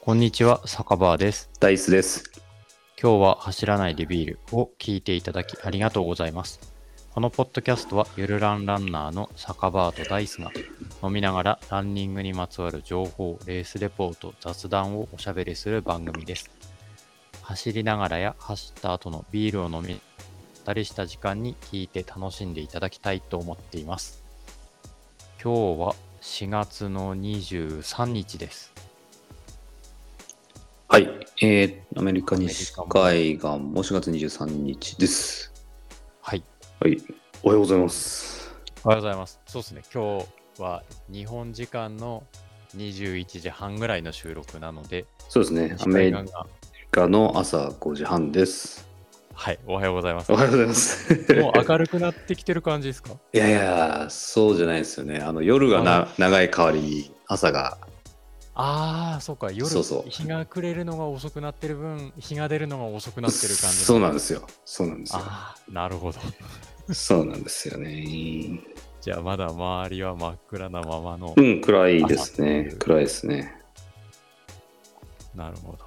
こんにちは、酒場です。 ダイスです。 今日は走らないでビールを聞いていただきありがとうございます。このポッドキャストはゆるランランナーの酒場とダイスが飲みながらランニングにまつわる情報、レースレポート、雑談をおしゃべりする番組です。走りながらや走った後のビールを飲みたりした時間に聞いて楽しんでいただきたいと思っています。今日は4月の23日です。 はい、アメリカ西海岸も4月23日です。 はい。 はい、おはようございます。 おはようございます。そうですね、今日は日本時間の21時半ぐらいの収録なので、 そうですね、アメリカの朝5時半です。 はい、おはようございます。 おはようございます。 もう明るくなってきてる感じですか？ いやいや、そうじゃないですよね。夜が長い代わりに朝が。 そうか、夜、日が暮れるのが遅くなってる分、日が出るのが遅くなってる感じ。 そうなんですよ。 なるほど。 そうなんですよね。 じゃあまだ周りは真っ暗なままの。 暗いですね。暗いですね。 なるほど。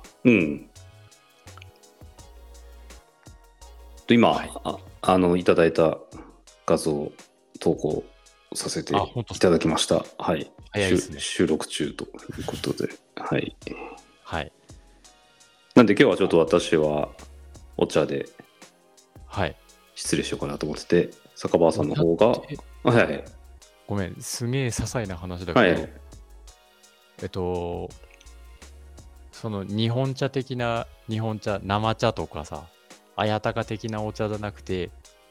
今、はい、いただいた画像投稿させていただきました。はい。 早いですね。 収録中ということで。はい。 はい。 なんで今日はちょっと私はお茶で失礼しようかなと思ってて、酒場さんの方が、はい。 ごめん、すげえ些細な話だけど、はい、その日本茶的な生茶とかさ、綾鷹的なお茶じゃなくて、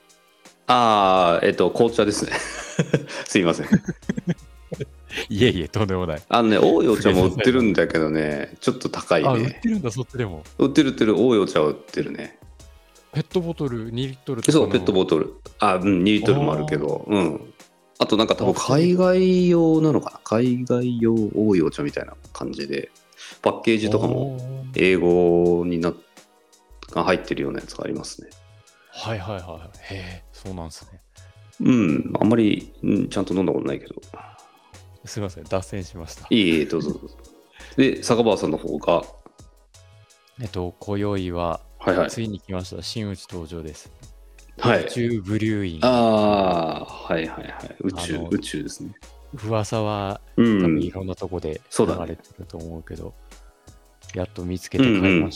紅茶ですね。すいません。 いえいえ、とんでもない。 多いお茶も売ってるんだけどね、ちょっと高いね。 売ってるんだ、そっちでも。 売ってる、多いお茶は売ってるね。 ペットボトル2リットルとかそう、ペットボトル。2リットルもあるけど、あとなんか多分海外用なのかな、海外用多いお茶みたいな感じで、パッケージとかも英語にが入ってるようなやつがありますね。 はいはいはい。へえ、そうなんですね。 あんまり、ちゃんと飲んだことないけど。 すみません、脱線しました。 いい、どうぞどうぞ。で、坂場さんの方が今宵は、ついに来ました、真打ち登場です。はい、宇宙ブリューイング。 はいはいはい。宇宙ですね。 噂は、多分いろんなとこで流れてると思うけど、やっと見つけて買いました。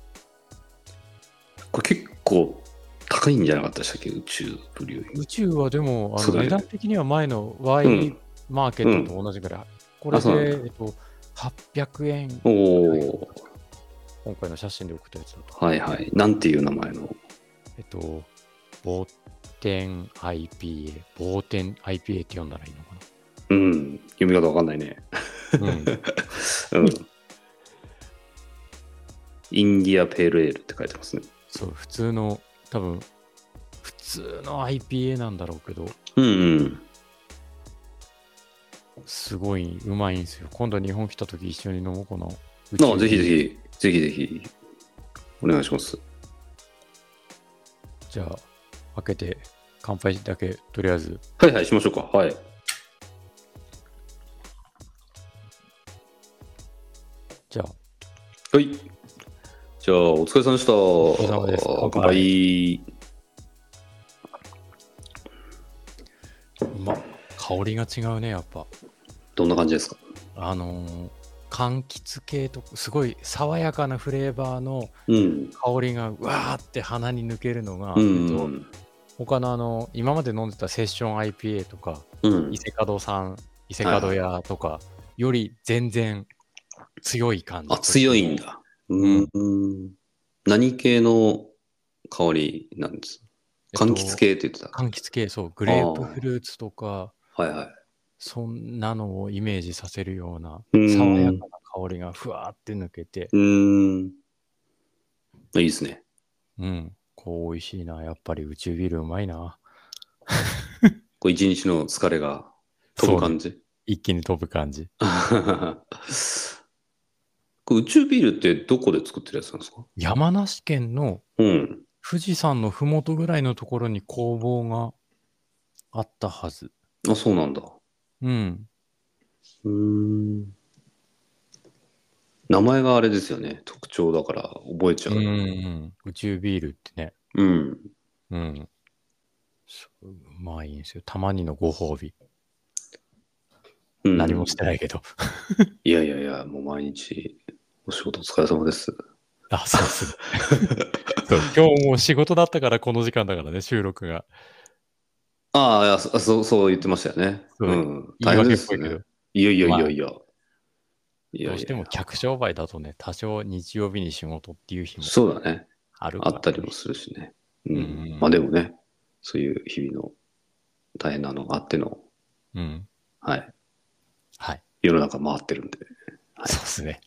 これ結構高いんじゃなかったでしたっけ、宇宙ブリューイング。 宇宙はでも、値段的には前の Y マーケットと同じぐらい。これで、800円。今回の写真で送ったやつだと。 はいはい。なんていう名前のボーテン IPA。ボーテン IPA って読んだらいいのかな。 読み方わかんないね。インディアペールエールって書いてますね。 そう、普通の IPA なんだろうけど、すごいうまいんですよ。今度日本来た時一緒に飲もうかな。 ぜひお願いします。 じゃあ開けて乾杯だけとりあえず。 はいはい、しましょうか。はい。 じゃあ。 はい。じゃあお疲れ様でした。 お疲れ様です。 乾杯。 香りが違うね、やっぱ。 どんな感じですか？ 柑橘系とすごい爽やかなフレーバーの香りがうわーって鼻に抜けるのが、他の今まで飲んでたセッション IPA とか、伊勢門屋とかより全然強い感じ。 強いんだ。何系の香りなんですか？柑橘系って言ってた。 柑橘系、そう、グレープフルーツとか、 はいはい。 そんなのをイメージさせるような爽やかな香りがふわーって抜けて。 いいですね。 こう美味しいな。やっぱり宇宙ビールうまいな。 こう一日の疲れが飛ぶ感じ、 一気に飛ぶ感じ。 宇宙ビールってどこで作ってるやつなんですか？ 山梨県の富士山のふもとぐらいのところに工房があったはず。 そうなんだ。 名前があれですよね。特徴だから覚えちゃう。 宇宙ビールってね。 うん。 うん。うまいんですよ。たまにのご褒美。 うん。 何もしてないけど。 いやいやいや、もう毎日お仕事お疲れ様です。 あ、そうっすね。そう、今日も仕事だったからこの時間だからね、収録が。 ああ、いやそう言ってましたよね。 そう、 うん。大変言い訳ですね。 っぽいけど。 いやいやいまあ、 やいや。いどうしてもやいやいや。 客商売だとね、多少日曜日に仕事っていう日もそうだね。 あるあからね。 ったりもするしね。ううん。まあん。 でもね、そういう日々の大変なのがあっての、 うん。 はい。 はい。 世の中回ってるんで。はい。 そうですね。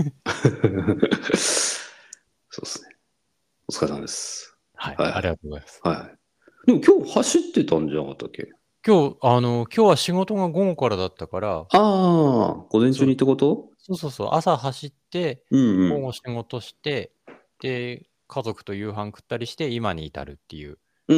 そうですね。お疲れ様です。 はい。 はいはい。 ありがとうございます。 はい。でも今日走ってたんじゃなかったっけ？ 今日は仕事が午後からだったから、 ああ、午前中にっそう、 てこと？ そう、朝走って、 うんうん。 午後仕事して、で、家族と夕飯食ったりして、今に至るっていううん。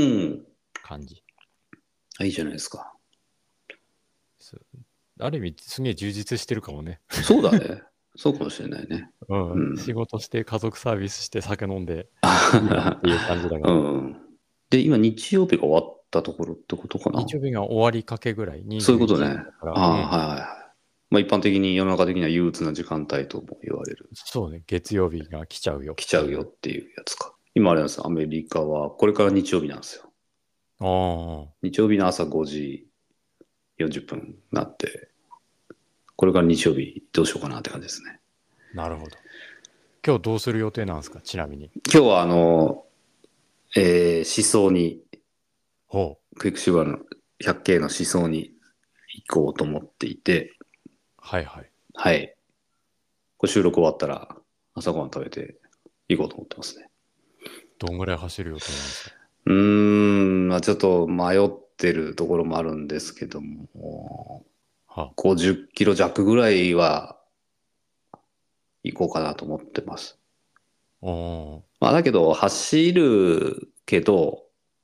感じ。 あ、いいじゃないですか。 そうある意味、すげえ充実してるかもね。 そうだね。そうかもしれないね。 うん。仕うん。 事して、家族サービスして、酒飲んで、今っていう感じだかうら。 ん。で、今日曜日が終わったところってことかな。 日曜日が終わりかけぐらい、21 そういうことね。 時だから、 ああ、 うん。 はいはいはい。まあ一般的に世の中的には憂鬱な時間帯とも言われる。 そうね、月曜日が来ちゃうよ来ちゃうっていう。 よっていうやつか。今あれなんですよ。アメリカはこれから日曜日なんですよ。 ああ、 日曜日の朝5時40分になって、これから日曜日どうしようかなって感じですね。 なるほど。今日どうする予定なんですか、ちなみに。 今日は思想に、 ほクイックシュバーの 100K の思想に行こうと思っていて、 う。はいはい。 はい。これ収録終わったら朝ごはん食べて行こうと思ってますね。 どんぐらい走る予定なんですか。 まあちょっと迷ってるところもあるんですけども、 は 50キロ弱ぐらいは行こうかなと思ってます。 あ。おまあだけど走るけど、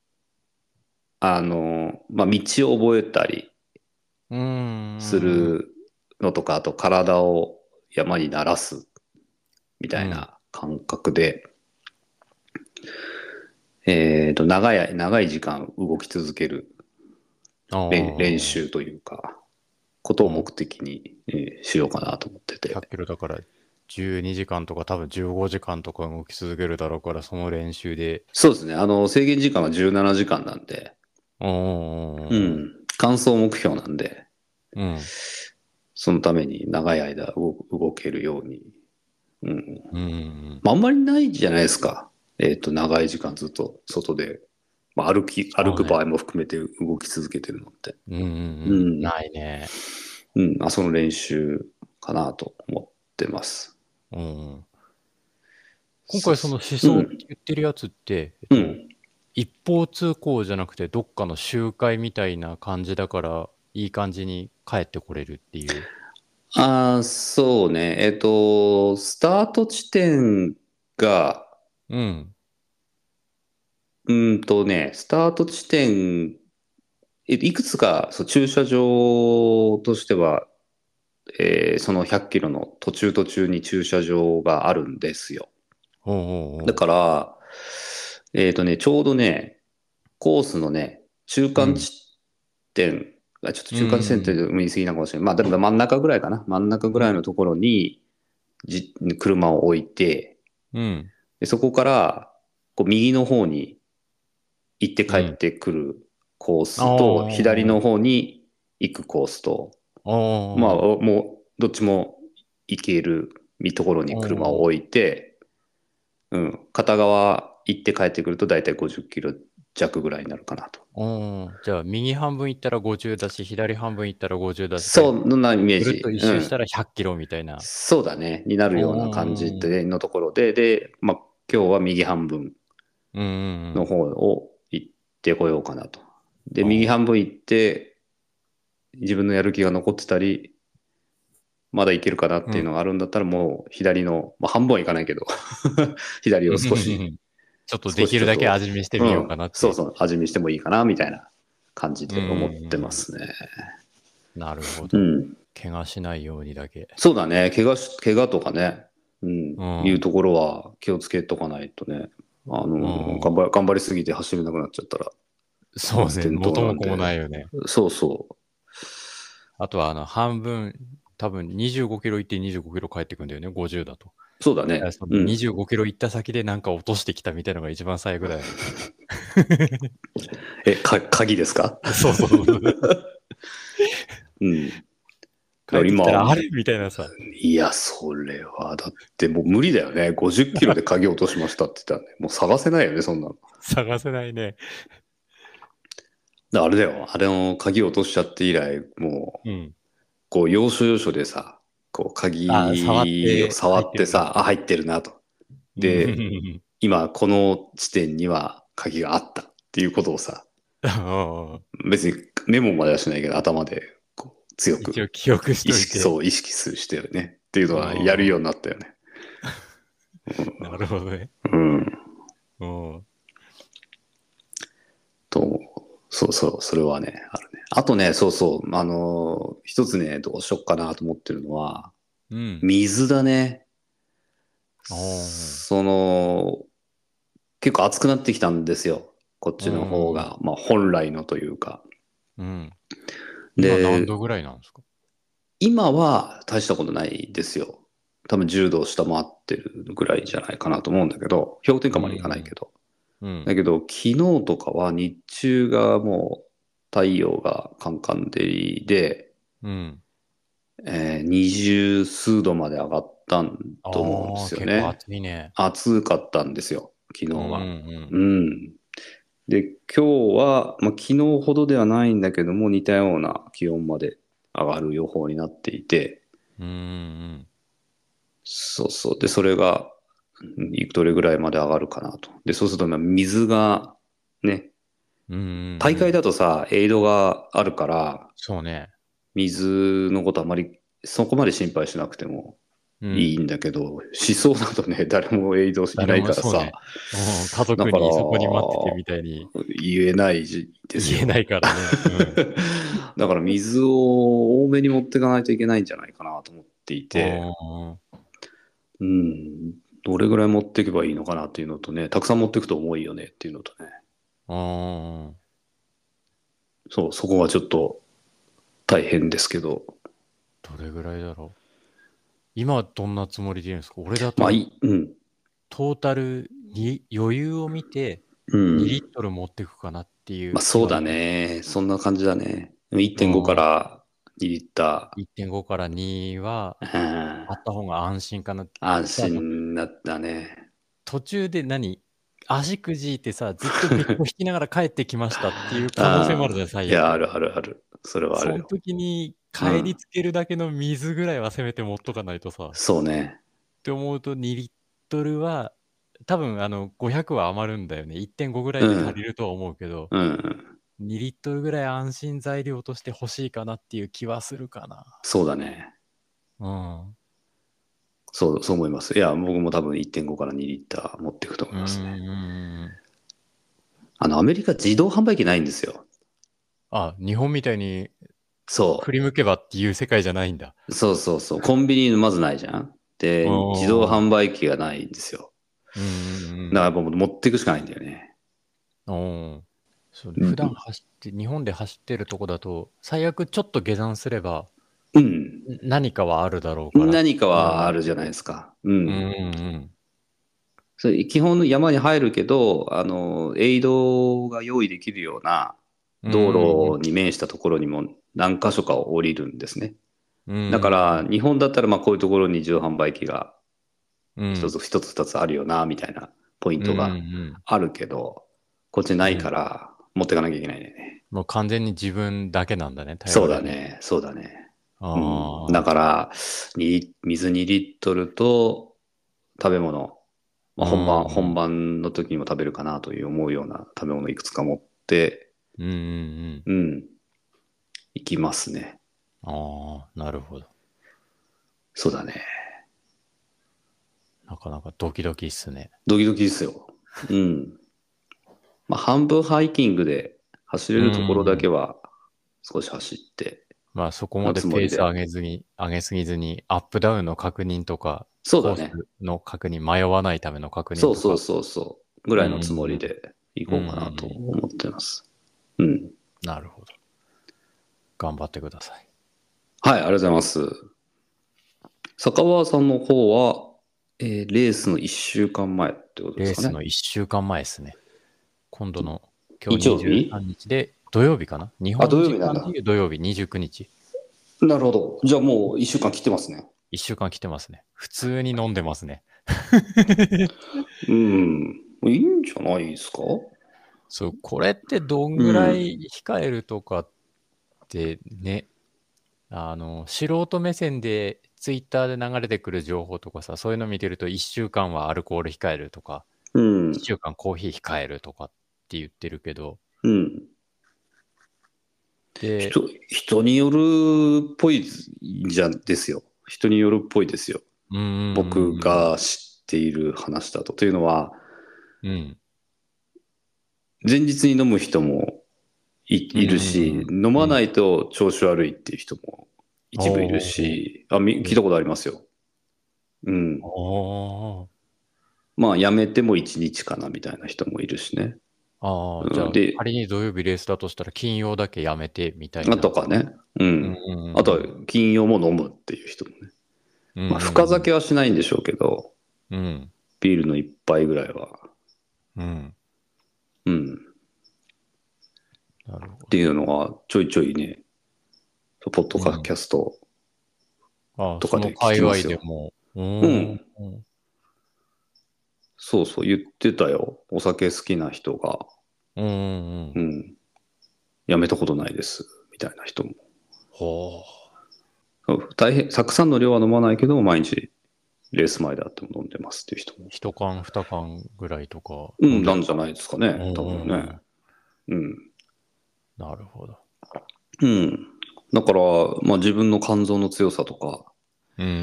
まあ道を覚えたりうーすん。 るのとか、あと体を山に慣らすみたいうん。 な感覚で、長い時間動き続けるあ練あ。 習というか、ことを目うん。 的に、しようかなと思ってて。 100キロだから12時間とか多分15時間とか動き続けるだろうから、その練習で。 そうですね。制限時間は17時間なんで、 おー。 うん。完走目標なんで、 うん。 そのために長い間動けるように。うん。 うん。 まあ、あんまりないじゃないですか。長い時間ずっと外で、まあ、歩そうね。 く場合も含めて動き続けてるのって。 うんうんうん。 うん。 ないね。 うん。その練習かなと思ってます。 うん。今回そのそうそう。 思想ってうん。 言ってるやつって、 うん。 一方通行じゃなくてどっかの集会みたいな感じだから、いい感じに帰ってこれるっていう。 ああ、そうね。スタート地点が、 うん。 スタート地点、いくつかそう駐車場としては、その100キロの途中に駐車場があるんですよ。 おうおうおだう。 から、ちょうどね、コースのね、中うん。 間地点、ちょっとう中間地点ってん。 言い過ぎなのかもしれない。まあ、でも真ん中ぐらいかな。真ん中ぐうん。 らいのところに、車を置いて、 うん。 でそこから、こう右の方に行って帰うん。 ってくるコーあスと、左のあ。 方に行くコースと、 あまあ、 あ。 もう、どっちも行けるところに車を置いて、うん、片側行って帰ってくると大体50キロ弱ぐらいになるかなと。 じゃあ、右半分行ったら50だし、左半分行ったら50だしで、 そんなイメーぐるっとジ。うん。 一周したら100キロみたいな。 そうだね。になるような感じでのところで、まあ、今日は右半分うんうんの方を行ってこようかなと。で、 うん。 右半分行って、自分のやる気が残ってたり、まだいけるかなっていうのがあるんだったら、もう左の、まあ、半分はいかないけど左をちょっとで少しきるだけちょっと、 味見してみよううん、 かなっていう。 そうそう、味見してもいいかな、みたいな感じうんで思ってまうんすね。 なるほど。 うん。 怪我しないようにだけ。 そうだね。怪我とかね、 いうところは気をつけとかないとね、頑張りすぎて走れなくなっちゃったら、 そうね、 転倒元も子もなんで。 ないよね。 そうそあとは半分、多分25キロ行って25キロ帰ってくんだよね、50だと。 う。そうだね。 その25キロ行った先でなんか落としてきたみたいなのが一番最悪だよね。 鍵ですか？ そうそうそう。 うん。 帰ってきたら今、 あれみたいなさ。 いや、それは、だってもう無理だよね。50キロで鍵落としましたって言ったらね、もう探せないよね、そんなの。 探せないね。 あれだよ。あれの鍵落としちゃって以来、もう、 うん。 こう、要所要所でさ、こう、 触っ鍵をて触入ってるな。 ってさ、あ、入ってるなと。 うで、 ん。 今、この地点には鍵があったっていうことをさ、別にメモまではしないけど、頭でこう強く一応記憶しといて。 意識してるね。っていうのはやるうん。 ようになったよね。 なるほどね。 うん。 うん。 と、それはね、あるね。あとね、そうそう、一つね、どうしよっかなと思ってるのは、 うん。 水だね。 おー。 その、結構暑くなってきたんですよ。こっうちの方ん。 が。まあ、本来のというか。 うん。今何で、 度ぐらいなんですか？ 今は大したことないですよ。多分10度を下回ってるぐらいじゃないかなと思うんだけど、氷点う下までいかないけん。 ど。 うん。 だけど、昨日とかは日中がもう太陽がカンカン照りで、 うん。 20数度まで上がったと思うんでああ、結構すよね。 暑いね。 暑かったんですよ、昨日うんは。 うんうん。で、今日は、まあ、昨日ほどではないんだけども、似たような気温まで上がる予報になっていて、 うん。うんそうそう。で、それが、どれぐらいまで上がるかなと。で、そうすると、水が、ね、 うん。うんうんうん。 大会だとさ、エイドがあるから、 そうね。 水のことあまり、そこまで心配しなくてもうん。 いいんだけど、思想だとね、誰もエイドい誰ないからさ、 もそうね。うん。家族だから、 にそこに待っててみたいに言えないですよ。 言えないからね。うん。 だから水を多めに持っていかないといけないんじゃないかなと思っていて、 あうん、どれぐらい持っていけばいいのかなっていうのとね、たくさん持っていくと重いよねっていうのとね、 あ。ああ。 そう、そこがちょっと大変ですけど、 どれぐらいだろう。今はどんなつもりでいるんですか？俺だまあ、 と、 うん、 トータルに余裕を見てう 2リッん。 トル持っていくかなっていまあう気そうだは今。 ね。そんな感じだね。1.5かうん。 ら2リッタ 1.5から2はー。うん、 あった方が安心かな。 安さ、 心だったね。 途中で足くじいてさ、ずっと別個引きながら帰ってきましたっていう可能性もあるじゃん、 ああ、いや、あ最悪。 るあるある。それはあるそのよ。 時にうん。 帰りつけるだけの水ぐらいはせめて持っとかないとさ。っそうね。 て思うと2リットルは、多分500は余るんだよね。1.5ぐらいで足りうん。 るとは思うけど、 うん。 2リットルぐらい安心材料として欲しいかなっていう気はするかな。 そうだね。 うん。 そう思います。いや、僕も多分1.5から2リッター持っていくと思うんいますね。 うんうん。 アメリカ自動販売機ないんですよ。 あ、日本みたいに振そり向けばっていう世界じゃないんだ。 そう。コンビニまずないじゃん。で、 う自動ん。 販売機がないんですよ。 うんうんだからやっぱもう持っていくしかないんだよね。 うん。うん。そうね、普段うん走って、日本で走ってるとこだと、最悪ちょっと下山すれば、 うん。 何かはあるだろうからっ何かていうのは。 はあるじゃないですか。ううんん。 うんそれ基本の山に入るけど、エイドが用意できるようなうん。うんうん道路に面したところにも何箇所か降りるんですね。 うん。うんだから、日本だったらまあこういうところに自動販売機がうん一つ二つあるよな、みたいなポインうん。うんうトがんあるけど、こっちないうん。 から持ってかなきゃいけないんだよね。 もう完全に自分だけなんだね、頼れるの。 そうだね。うん。だああ。 から、水2リットルと食べ物、まあ、 うん本うん番の時にも食べるかなという思うような食べ物いくつか持って、 うんうんうん、行きますね。 うん。ああ、なるほど。 そうだね。 なかなかドキドキっすね。 ドキドキですよ。うん。まあ、半分ハイキングで走れうるところだん。 けは少し走って。 まあそこまでペース上げすぎずに、アップダウンの確認とか、コーそうだね。 スの確認、迷わないための確認とか。 そうそうそうそう。ぐらいのつもりで行こうかなと思ってます。うん。 なるほど。頑張ってください。 はい、ありがとうございます。坂川さんの方は、レースの1週間前ってことですかね。 レースの1週間前ですね。今度の、今日日曜日 23日で、土曜日かな日あ、土本時間で曜日なんだ。 いう土曜日29日。 なるほど。じゃあもう1週間切ってますね。 1週間来てますね。普通に飲んでますね。 うん。いいんじゃないですか？ そう、これってどんうぐらん。 い控えるとかってね、素人目線でツイッターで流れてくる情報とかさ、そういうの見てると1週間はアルコール控えるとか、 うん。 1週間コーヒー控えるとかって言ってるけど、 うん。 で、 人によるっぽいですよ。人によるっぽいですよ。 うー僕ん、 が知っている話だと。というのは、 うん、 前日に飲む人もうん、 いるし、 うん、 飲まなうん。 いと調子悪いっていう人も一部いるおー、 し、聞いたことありますよ。うん。 おー、 まあ、やめても1日かなみたいな人もいるしね。 ああ、じゃあ、 うん、で、 仮に土曜日レースだとしたら金曜だけやめてみたいあな。 とかね。ううん、 ん。 うん、 あとはうん、 金曜も飲むっていう人もね。 うん、 まあ、深うん、 酒はしないんでしょうけど、 うん、 ビールの一杯ぐらいは。 うん。 うん。 なるほっていうのはちょいちょいね、ポッドど。うん。 キャストああ、そのとかで聞界隈きますよ。 でも、 うん。 うん、 そうそう言ってたよ。お酒好きな人が、 うん、うん。 うん。やめたことないです。みたいな人も。 ほそう大変、たくさんの量は飲まないけど、毎日レース前であっても飲んでますっていう人も。 う。一缶、二缶ぐらいとかうん、 飲んでる。 なんじゃないですかね。多分ね。 うん。 うん。 なるほど。 うん。だから、まあ自分の肝臓の強さとかうん、うん、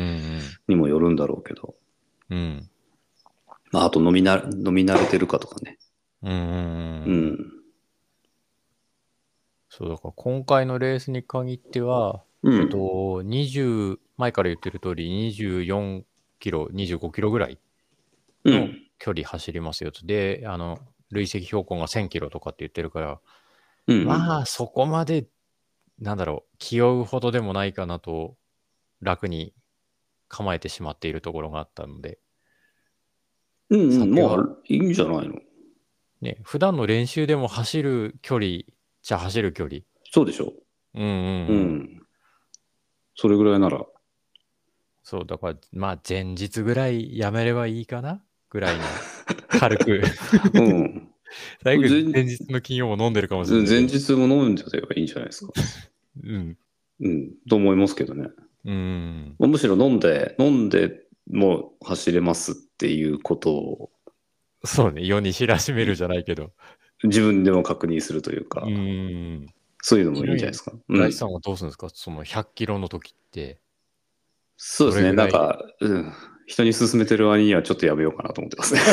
にもよるんだろうけど、 うん。うん。 まああと飲み慣れてるかとかね。 うん、うん、うん。 うん。 そう、だから今回のレースに限っては、 うん。 20、前から言ってる通り24キロ、25キロぐらいのうん。 距離走りますよと。で、累積標高が1000キロとかって言ってるから、 うん。うん。 まあ、そこまで、なんだろう、気負うほどでもないかなと、楽に構えてしまっているところがあったので、 うんうん。まあ、 酒はいいんじゃないの？ ね、普段の練習でも走る距離、じゃ走る距離。 そうでしょ？ うんうんううん。 ん。それぐらいなら。 そう、だから、まあ、前日ぐらいやめればいいかなぐらいの、軽く。 うん。 最悪、 前、 前日の金曜も飲んでるかもしれないけど。 前日も飲んじゃえばいいんじゃないですか。 うん。 うん。と思いますけどね。 うん。 むしろ飲んでも走れますっていうことをそうね、世に知らしめるじゃないけど。 自分でも確認するといううか、 ん。 そういうのもちなみに、 いいんじゃないですか。うん。 大地さんはどうするんですかその100キロの時って、 そうですね。 どれぐらい、 うん。人に勧めてる割にはちょっとやめようかなと思ってますね。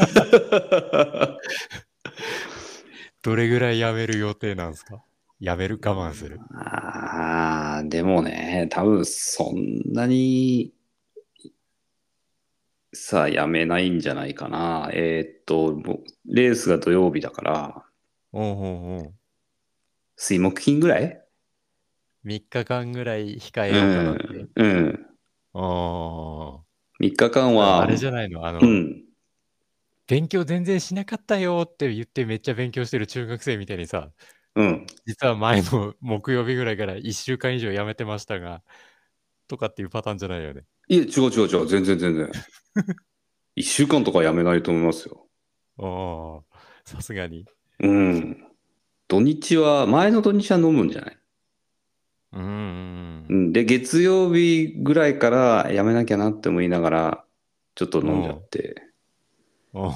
どれぐらいやめる予定なんですかやめる我慢する。 ああ、でもね、多分そんなにさあやめないんじゃないかな。レースが土曜日だから、 うんうんうん。 水木金ぐらい。 3日間ぐらい控えうようかなって。 ん、うん。 ああ。 3日間は、 あれじゃないのうん。 勉強全然しなかったよって言ってめっちゃ勉強してる中学生みたいにさ、 うん。 実は前の木曜日ぐらいから1週間以上やめてましたが、とかっていうパターンじゃないよね。 いえ、違う。全然全然。1週間とかやめないと思いますよ。 ああ、さすがに。 うん。前の土日は飲むんじゃない？ うんうんうん。で、月曜日ぐらいからやめなきゃなって思いながら、ちょっと飲んじゃうん。 って、 うん。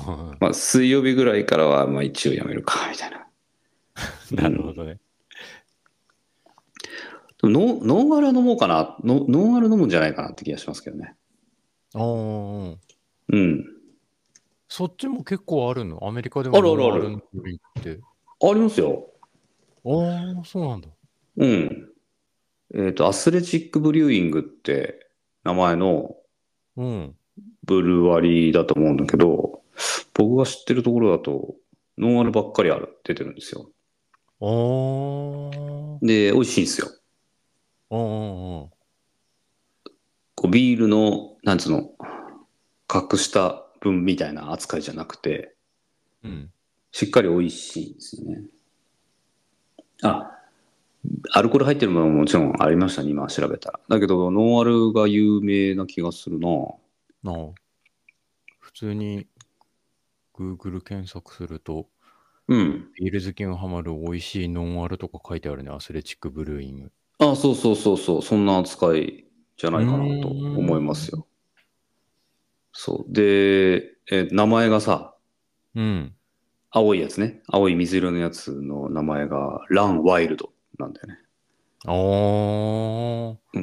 まあ、水曜日ぐらいからは、まあ一応やめるか、みたいな。うなるほん。 どね。 ノンアル飲もうかな。ノンアル飲むんじゃないかなって気がしますけどね。 おー、 うん。 そっちも結構あるのアメリカであもノるあるある。 ンアルのドリンクって。 ありますよ。 ああ、そうなんだ。 うん。 アスレチックブリューイングって名前のうん。 ブルワリーだと思うんだけど、僕が知ってるところだと、ノンアルばっかり出てるんですよ。 おー。 で、美味しいんですよ。 おーおーおこうビールの、なんつうの、隠した分みたいな扱いじゃなくて、 ー。うん。 しっかり美味しいんですよね。あ、アルコール入ってるものももちろんありましたね、今調べたら。だけど、ノンアルが有名な気がするな。 なあ、普通に Google 検索すると、 うん。 ビール好きがハマる美味しいノンアルとか書いてあるね。アスレチックブルーイング。 あ、そうそうそうそう、そんな扱いじゃうーないかなと思いますん。 よ。そう。で、名前がさ、 うん。 青いやつね。青い水色のやつの名前がランワイルドなんだよね。 おー。 うん。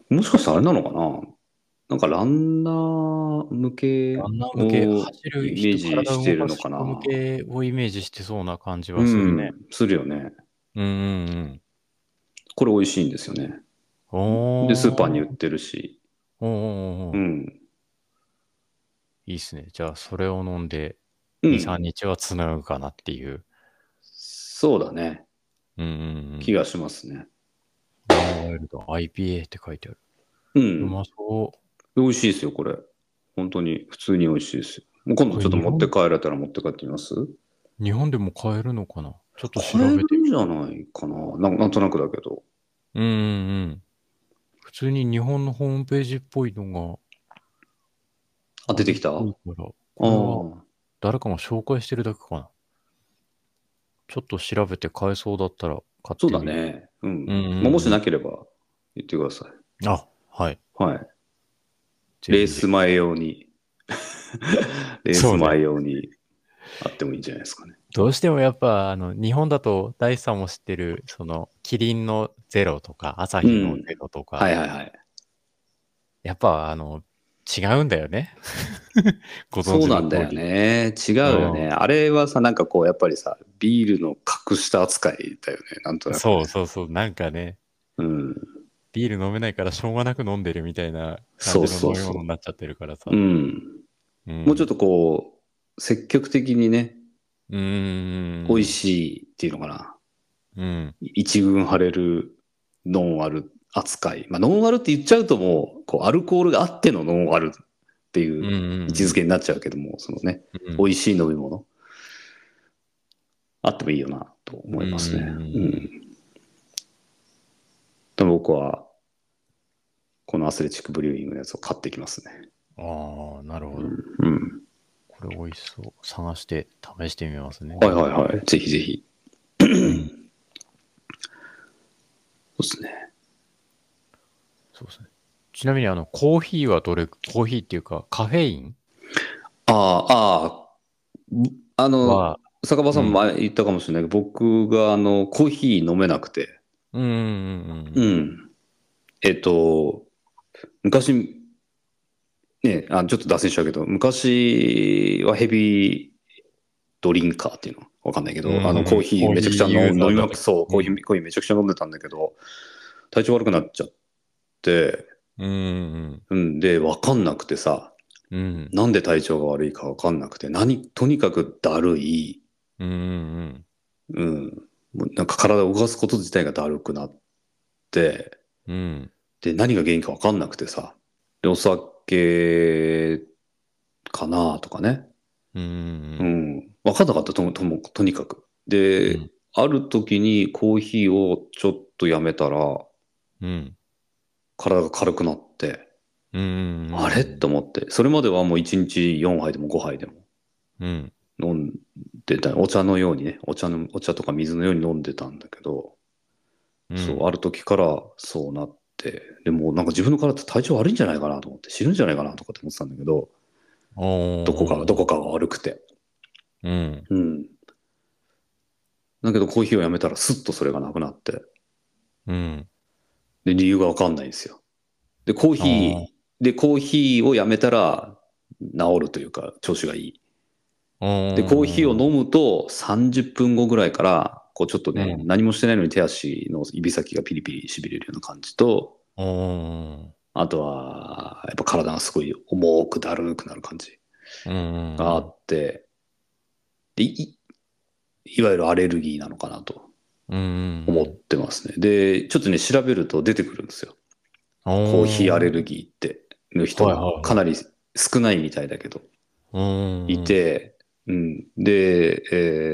もしかしたらあれなのかな、なんかランナー向けランナー向け、 を走る人、 イメージ体を動かしてるのかな。 す人向けをイメージしてそうな感じうはするね。 ん、するよね。 うんうんこれ美味しいんですよね。 うん。 で、スーパーに売っおー。 てるし。 おーおーおー。 うん。 いいっすね。じゃあ、それを飲んで、2、 うん。 3日はつなぐかなっていう。 そうだね。 うんうん気がしますね。 うん。ノンワイルド IPA って書いてある。ううん。 まそう。 美味しいですよ、これ。本当に、普通に美味しいですよ。もう今度こちょっと持ってれ帰れたら持って帰ってみます？ 日本でも買えるのかな、ちょっと調買えるべてみる。 んじゃないかな。なんとなくだけど。 うんうんうん。普通に日本のホームページっぽいのあ、 があるっ出てきた？あぽいから、これはあ。 誰かが紹介してるだけかな。ちょっと調べて買えそうだったら買っそうてみる。 だね。ううんうん。まあ、もしんなければ言ってください。 うん。あ、はい。 はい。レースぜひぜひ。 前用に、レースそうね。 前用にあってもいいんじゃないですかね。 どうしてもやっぱ、日本だと、大地さんも知ってる、キリンのゼロとか、アサヒのうん。 ゼロとか、 はいはいはい。 やっぱ、違うんだよね。ご存知そうなんだよの通り。 ね。違うよね。あれはさ、なんかこう、やっぱりさ、ビールの格下扱いだよね。なんとうん。 なくね。 そうそうそう。なんかね、 うん。 ビール飲めないからしょうがなく飲んでるみたいな感そうじの飲みそうそ物になっちゃってるからう。うさ。 ん。 うん。 もうちょっとこう、積極的にね、 うー美味ん。 しいっていうのかな。 うん。 一軍張れるノンアル扱い。まあ、ノンアルって言っちゃうともう、こう、アルコールがあってのノンアルっていううんうんうん。 位置づけになっちゃうけども、そのね、 うん。 美味しい飲み物、あってもいいよな、とうんうん思いますね。ううん。 ん。でも僕は、このアスレチックブリューイングのやつを買ってきますね。 ああ、なるほど。 うん。うん。 これ美味しそう。探して試してみますね、 はい今度。 はいはい。ぜひぜひ。 うん。 そうですね。 そうですね。ちなみにコーヒーはコーヒーっていうか、カフェインああ、ああ、 は、 坂場さんもうん。 前言ったかもしれないけど、僕がコーヒー飲めなくて、 うんうんうんうん。昔、ね、ちょっと脱線しちゃうけど、昔はヘビードリンカーっていうのわかんないけうん。 ど、コーうん。コーヒーヒーめちゃくちゃユーザーだった。 飲みまくそう、 うん。 コーヒーめちゃくちゃ飲んでたんだけど、体調悪くなっちゃって、 うんうんうんで、わかんなくてさ、 うん。うん。 なんで体調が悪いかわかんなくて、とにかくだるい、 うんうんうん、もうなんか体を動かすこと自体がだるくなって、 うん。うん。 で、何が原因かわかんなくてさ、で、お酒かなとかね、 うんううんん。わかんなかったとにかく。で、 うん。 ある時にコーヒーをちょっとやめたら、 うん。 体が軽くなって、 うんあれうんと思って、それまではもう1日4杯でも5杯でもうん。うん。 飲んでた、お茶のようにね、お茶とか水のように飲んでたんだけど、そう、 うん。 ある時からそうなって、でもなんか自分の体って体調悪いんじゃないかなと思って、死ぬんじゃないかなとかって思ってたんだけど、どこおー。 かが悪くて。 うん。 うん。だけどコーヒーをやめたらスッとそれがなくなって、 うん。 で、理由がわかんないんですよ。で、 ああ。 コーヒーをやめたら治るというか、調子がいい。 おで、コーヒーをー。 飲むと30分後ぐらいからこうちょっとね、 うん。 何もしてないのに手足の指先がピリピリしびれるような感じと、 おー。 あとは、やっぱ体がすごい重くだるくなる感じうんうんがあって、でいわゆるアレルギーなのかなとうん。うん思っうんてますね。で、ちょっとね、調べると出てくるんですよ。 うん。 コーヒーアレルおー。 ギーっての人はいがはいはい。 かなり少ないみたいだけど、 うんいうんて、うん。で、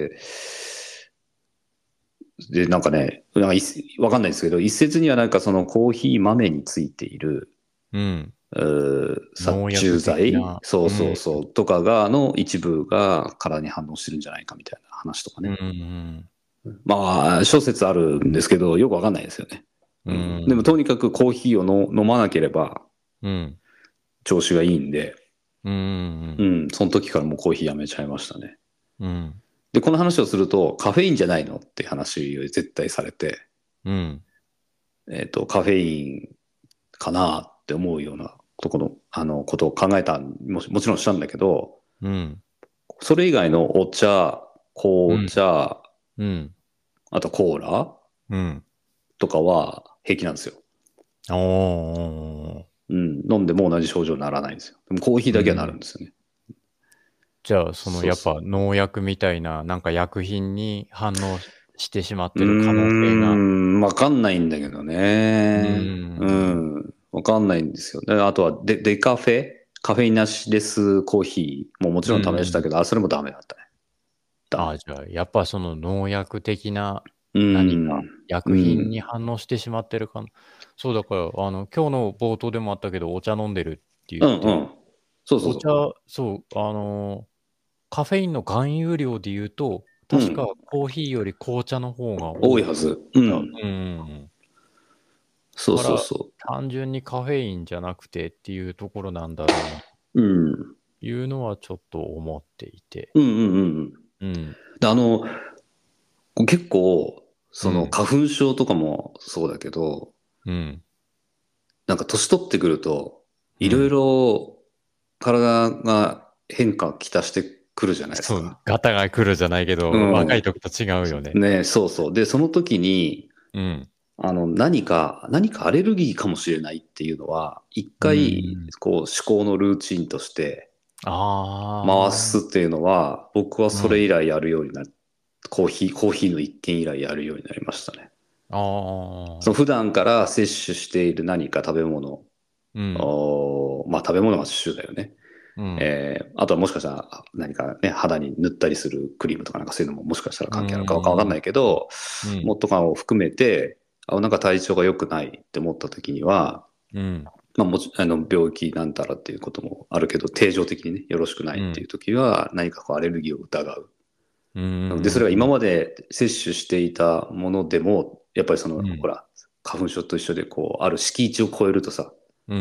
で、なんかね、わかんないですけど、一説にはなんかそのコーヒー豆についている、 うん。 殺農薬虫剤的な。 そうそううん。 そう、とかの一部が体に反応してるんじゃないかみたいな話とかね。 うんうんまあ、諸説あるんですけど、よくわかんないですよね。 うん。 ううん。でも、とん。 にかくコーヒーを飲まなければうん。 調子がいいんで、 うんうんうん、その時からもうコーヒーやめちゃいましたね。 うん。 で、この話をすると、カフェインじゃないのって話を絶対されて、 うん。 カフェインかなって思うようなことを考えたもちろんしたんだけど、 うん。 それ以外のお茶、紅うん。 茶、 うん。 あとコーラうん。 とかは平気なんですよ。 おー。 うん、飲んでも同じ症状にならないんですよ。でもコーヒーだけはなるうん。 んですよね。 じゃあ、やっぱそうそう。 農薬みたいな、なんか薬品に反応してしまっうーてる可能性が。 わかんないんだけどうね。うん。 ん、わかんないんですよ。であとはデカフェカフェインなしですコーヒーももちうろん試したん。 けど、それもダメだったね。ダメ。 ああ、じゃあ、やっぱその農薬的なう何かん、う薬品にん、 反応してしまってるか。そうだから、今日の冒頭でもあったけど、お茶飲んでるって言っうん、うて、 ん。そうそうお茶、 そそう、カフェインの含有量で言うと、 う。う確かん、 コーヒーより紅茶の方が多かっ多いはず。うた。 ん。 うんうんうん。 そうから、 そうそ単純にカフェインじゃなくてっていうところなんだろうな、 う。うん。 いうのはちょっと思っていて。 うんうんうんうん。 うん。 で結構、そのうん。 花粉症とかもそうだけど、 うん。 なんか年取ってくると、いろいうん。 ろ体が変化をきたしてくるじゃないですそう、 か。 ガタが来るじゃないけうど、若いん。 時と違うよね。 ね、そうそう。で、その時に、 うん。 何かアレルギーかもしれないっていうのは、一う回、 ん。 こう、思考のルーチンとして回ああ。 すっていうのは、僕はうん。 それ以来やるようになる。コーヒーの一件以来やるようになりましたね。 ああ。 その普段から摂取している何か食べ物、 うん。 まあ食べ物が主だよね。 うん。 あとはもしかしたら何かね、肌に塗ったりするクリームとかなんかそういうのももしかしたらう関係あるかわかんん。 ないけど、 うん。 もっとかを含めて、なんか体調が良くないって思った時には、 うん。 まあもち、病気なんたらっていうこともあるけど、定常的にね、よろしくないっていううん。 時は、何かこうアレルギーを疑う。 うで、それは今ん。 まで摂取していたものでも、やっぱりうん。 ほら、花粉症と一緒で、こう、ある敷地を超えるとさ、 うん。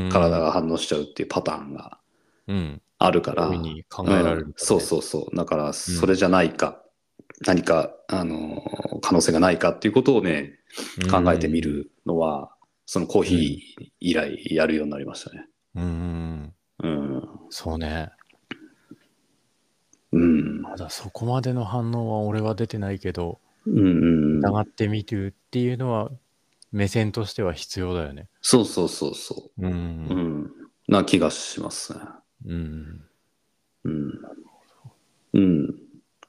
体が反応しちゃうっていうパターンがうん。 あるか大いら、 に考えられうん、そうるからね。 そうそう。だから、 うん。 それじゃないか、何か、可能性がないかっていうことをね、 う考えてみん。 るのは、そのコーうん。 ヒー以来やるようになりましたね。 うん。 うん、 そうね。 うん、 まだそこまでの反応は俺は出てないけど、 うん、うん。 疑ってみるっていうのは、目線としては必要だよね。 そうそうそうそうう。うん。 ん、な気がしますね。 うん。 うん、うん。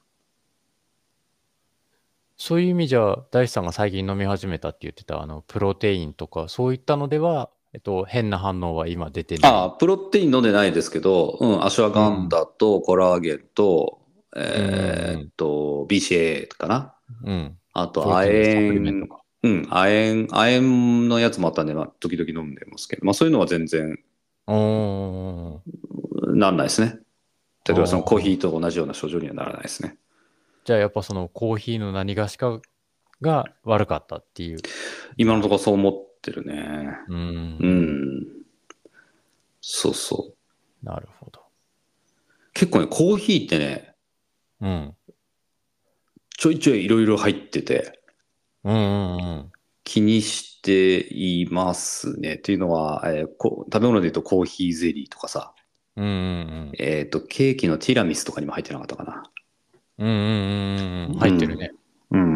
そういう意味じゃ、大地さんが最近飲み始めたって言ってた、プロテインとか、そういったのでは、変な反応は今出てない。 プロテイン飲んでないですけど、アシュワガンうん。 ダとコラーゲンと、 うんうん BCA かな。 うん。うん。 あと、 プロテインサプリメントか。 亜鉛のやつもあったんで、まあ、時々飲んでますけど、まあ、そういうのは全然おー。 なんないですね。例えば、そのコーヒあー。 ーと同じような症状にはならないですね。 じゃあやっぱそのコーヒーの何がしかが悪かったっていう今のところのは。 そう思ってるね。 うーうん。 ん。そうそう。 なるほど。 結構ね、コーヒーってね、 うん。 ちょいちょいいろいろ入ってて、 うんうんうん。 気にしていますね。っていうのは、食べ物で言うとコーヒーゼリーとかさ、 うんうんケーキのティラミスとかにも入ってなかったかな。 うん。うんうんうんうん。 うん。 入ってるね。 うん。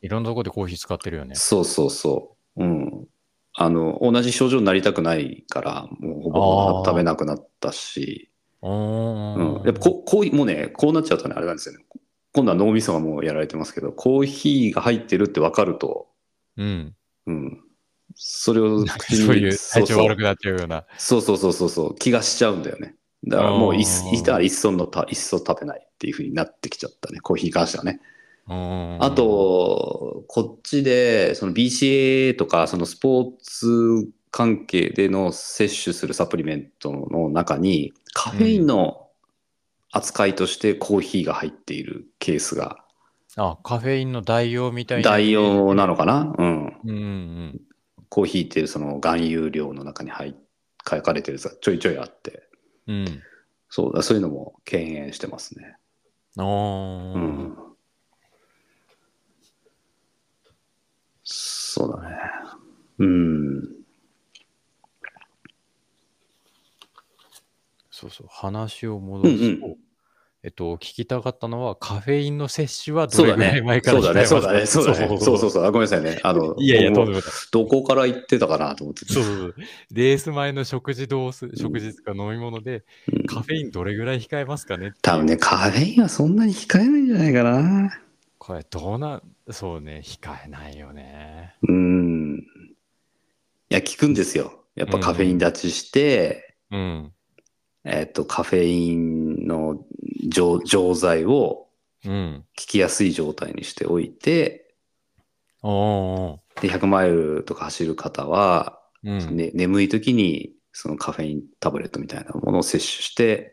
いろんなところでコーヒー使ってるよね。 そうそうそう。うん。同じ症状になりたくないから、もうほぼほぼ食べなくなったし、 あうん。やっぱあ。 こう、もうね、こうなっちゃうとね、あれなんですよね。今度は脳みそがもうやられてますけど、コーヒーが入ってるって分かると、 うん。 うん。それをなんか口に、 そういうそうそう。 体調悪くなっちゃうような。 そうそうそうそうそう、気がしちゃうんだよね。だからもういたらいっそ食べないっていう風になってきちゃったね。コーヒーに関してはね。 うあん。 と、こっちで、その BCAA とか、そのスポーツ関係での摂取するサプリメントの中に、カフェインうん。 の扱いとしてコーヒーが入っているケースがあ、カフェインの代用みたいなイ代メージで。 用なのかな。うん。 うんうんコーヒーっていうその含有量の中に書かれてるやつがちょいちょいあって、 うん。 そうだ、そういうのも敬遠してますね。 うん。ああ。 うん。そうだね。うん。 そうそう。話をうんう戻すと、 ん。 聞きたかったのは、カフェインの摂取はどれぐらいそうだね。 前からそうだね。 控えますか？ そうだね。そうそうだね。 そうそうそう。 そうそうそう。あ、ごめんなさいね。 いやいや、とん僕も、 でもない。 どこから言ってたかなと思ってて。 そうそうそう。レース前の食うん事とか飲み物で、 うん、 カフェインどれぐらい控えますかねっていう。 多分ね、カフェインはそんなに控えないんじゃないかな。 これそうね、控えないよね。 うん。いや、効くんですよ。やっうぱカフェインん。 立ちして、 うん。 カフェインの錠剤を効うん。 きやすい状態にしておいて、 おー。 で、100マイルとか走る方は、 うん。 ね、眠い時にそのカフェインタブレットみたいなものを摂取して、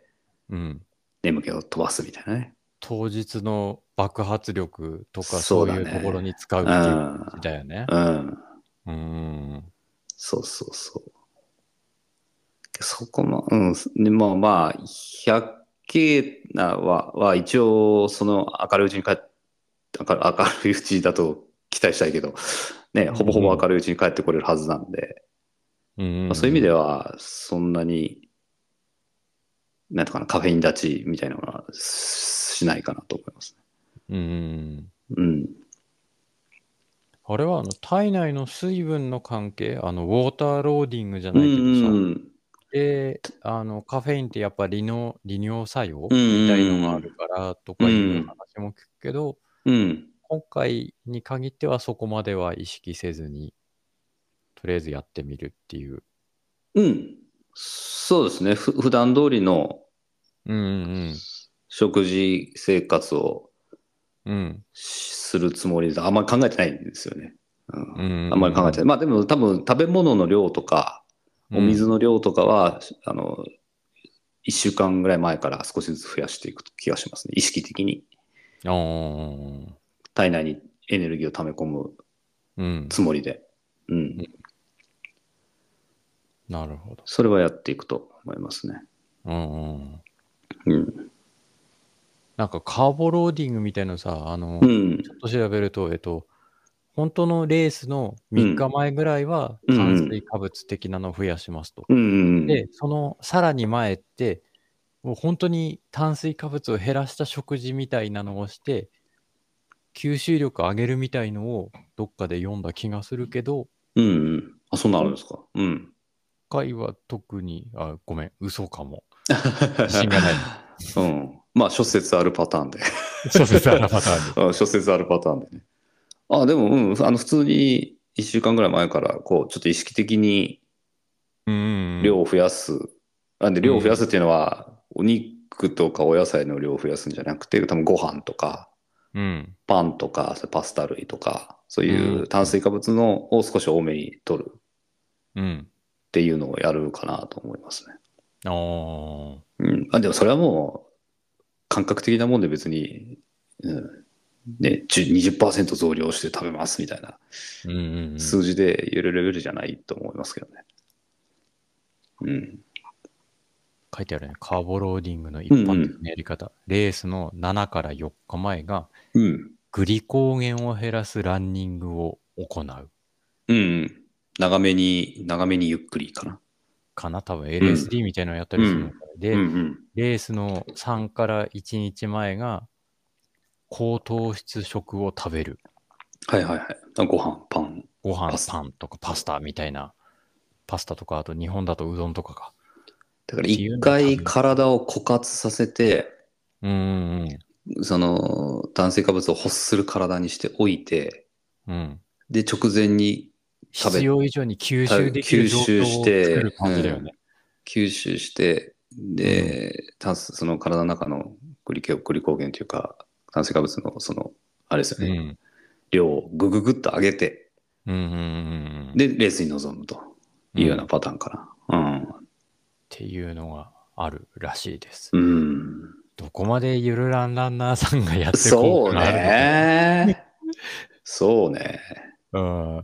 うん。 眠気を飛ばすみたいなね。 当日の爆発力とかそうそういうところだね。 に使ううっていう感ん。 じだよね。 うん。 うーん。 そうそうそう。そこも、うん。で、まあまあ、100K は一応、その明るいうちに明るいうちだと期待したいけど、ね、 うんほぼほぼうん。 明るいうちに帰ってこれるはずなんで、 うんうんまあ、そういう意味でうん。 は、そんなに、なんとかな、カフェイン立ちみたいなのはしないかなと思いますね。 うんうん。 うん。 あれは体内の水分の関係、ウォーターローディングじゃうんないけどさ、 うん。 で、カフェインってやっぱ利尿作用うんみたいのがうんあるからとうん。 かいううん。 話も聞くけど、 うん。 今回に限ってはそこまでは意識せずに、とりあえずやってみるっていう。 うん。そうですね。普段通りのうんうん食事生活をうん。うん。 するつもりで、あんまり考えてないんですよね。うん。 うんうんあんまり考えてない。 うん。 まあでも多分食べ物の量とか、お水うん。 の量とかは、1週間ぐらい前から少しずつ増やしていく気がしますね。意識的に。 ああ。 体内にエネルギーを溜め込むうん。 つもりで。うん。 うん。なるほど。 それはやっていくと思いますね。 うんうん。 うん。 なんかカーボローディングみたいなのさ、 うん。 ちょっと調べると、本当のレースの3 うん。 日前ぐらいはうん。 炭うん。 水化物的なのを増やしますと。 うん。 で、そのさらに前って、もう本当に炭水化物を減らした食事みたいなのをして、吸収力上げるみたいのをどっかで読んだ気がするけど、 うん。あ、そんなのあるん今ですか。うん。 回は特に、ごめん、嘘かも。自信がない。 うん。まあ、諸説あるパターンで。 諸説あるパターンで。 諸説あるパターンでね。あ、でも、うん。普通に1週間ぐらい前から、こう、ちょっと意識的にうんうん量を増やす。なんで、 うん。うん量を増やすっていうのは、お肉とかお野菜の量を増やすんじゃなくて、多分ご飯とか、 うん。 パンとか、パスタ類とか、そううんいう炭水化物のを少し多めに取るっうん。 ていうのをやるかなと思いますね。 ああ。 うん。あ、でもそれはもう感覚的なもんで別に、うん、ね、20%増量して食べますみたいなうんうんうん。 数字で言えるレベルじゃないと思いますけどね。うん。 書いてあるね。カーボローディングの一うんう般的ん。 なやり方。レースの7から4日前が、 うん。 グリコーゲンを減らすランニングを行う。 うん。長めにゆっくりかな。 かな多分うん。 LSD みたいなのをやったりするのかうん。 な。で、 うんうん。 レースの3から1日前が高糖質食を食べる。 はいはいはい。あ、ご飯、パン、 ご飯、 パスタ。 パンとかパスタみたいな。パスタとか、あと日本だとうどんとかか。 だからっていうのを食一回べる。 体を枯渇させて、 うんうんその炭水化物を欲する体にしておいて、 うん。うん。 で、直前に食べ必要以上に吸収できる吸状況収しを作るて、 感じだよね。 吸収して、 うん。 で、その体の中のグリコーゲンというか、炭水化物のあれですよね、 うん。 量をグググッと上げて、 うんうんうんうん。 で、レースに臨むというようなうん。っパターンかな。 ていうのがあるらしいです。 うん。うん。 どこまでゆるランランナーさんがやって効そう果があるのか。 ね。そうね。 うん。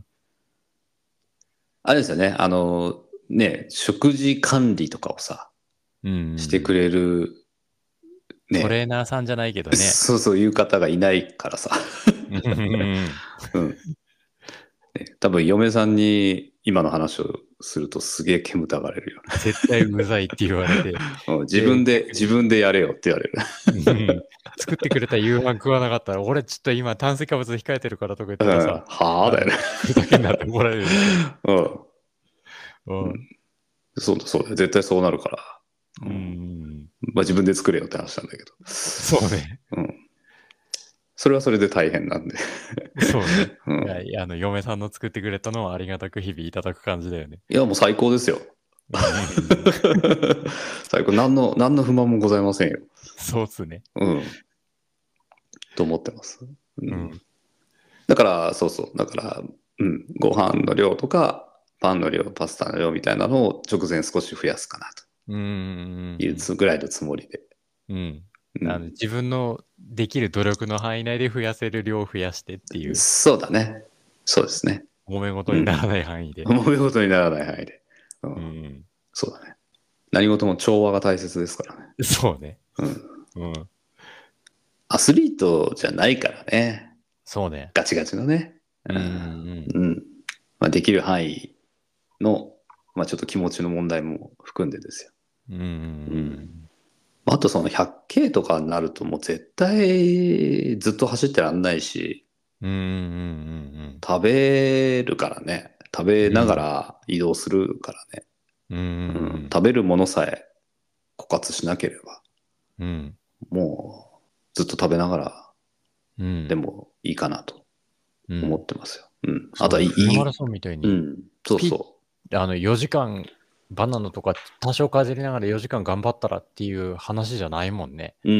あれですよね。食事管理とかをさ、 うんうんうん。 してくれる、ね。 トレーナーさんじゃないけどね。 そうそういう方がいないからさ。 うんうんうんうん。多分嫁さんに今の話をするとすげえ煙たがれるよ絶対うざいって言われて。 ね。うん、自で、 分で、 逆に、 自分でやれよって言われる。 うん作ってくれた夕飯食わなかったら、俺ちょっと今炭水化物控えてるからとか言っうん、 たらさ、 はあだよね。 ふざけんなって怒られるでしょ。 うん。 ううん、 ん。 そうだ、そうだ。絶対そうなるから。 ううん。 ん。 まあ自分で作れよって話なんだけど。 そうね。 うん。それはそれで大変なんで。 そうね。 うん。 いや、嫁さんの作ってくれたのをありがたく日々いただく感じだよね。 いや、もう最高ですよ。 うんうんうん。 最高。何の不満もございませんよ。 そうっすね。 うん。と思ってます。うん。 うん。 だから、そうそう。だから、うん。ご飯の量とか、パンの量、パスタの量みたいなのを直前少し増やすかなうんうんというぐらいのつもりで。 うん。うん。 うん。 自分のできる努力の範囲内で増やせる量を増やしてっていう、 そうだね。そうですね。 揉め事うん。 にならない範囲で。 揉め事にならない範囲で。うん。 うん。 そうだね。何事も調和が大切ですからね。 そうね。 うん。 うん。 アスリートじゃないからね。 そうね。 ガチガチのね。 うんうんうん。まあ、できる範囲の、まあ、ちょっと気持ちの問題も含んでですよ。 うん。うんううん。 んあとその 100K とかになるともう絶対ずっと走ってらんないし、 うん。うんうん食べるからね。食べながうんうん。 ら移動するからね。 うんうんううん。 ん食べるものさえ枯渇しなければ、 うん。 もうずっと食べながらうん。 でもいいかなと思っうん。 てますよ。うん。あとはそうね。フルマラソンみたいに、 うん。 スピそうそ 4時間、バナナとか多少かじりながら4時間頑張ったらっていう話じゃないもんね。 う。うん。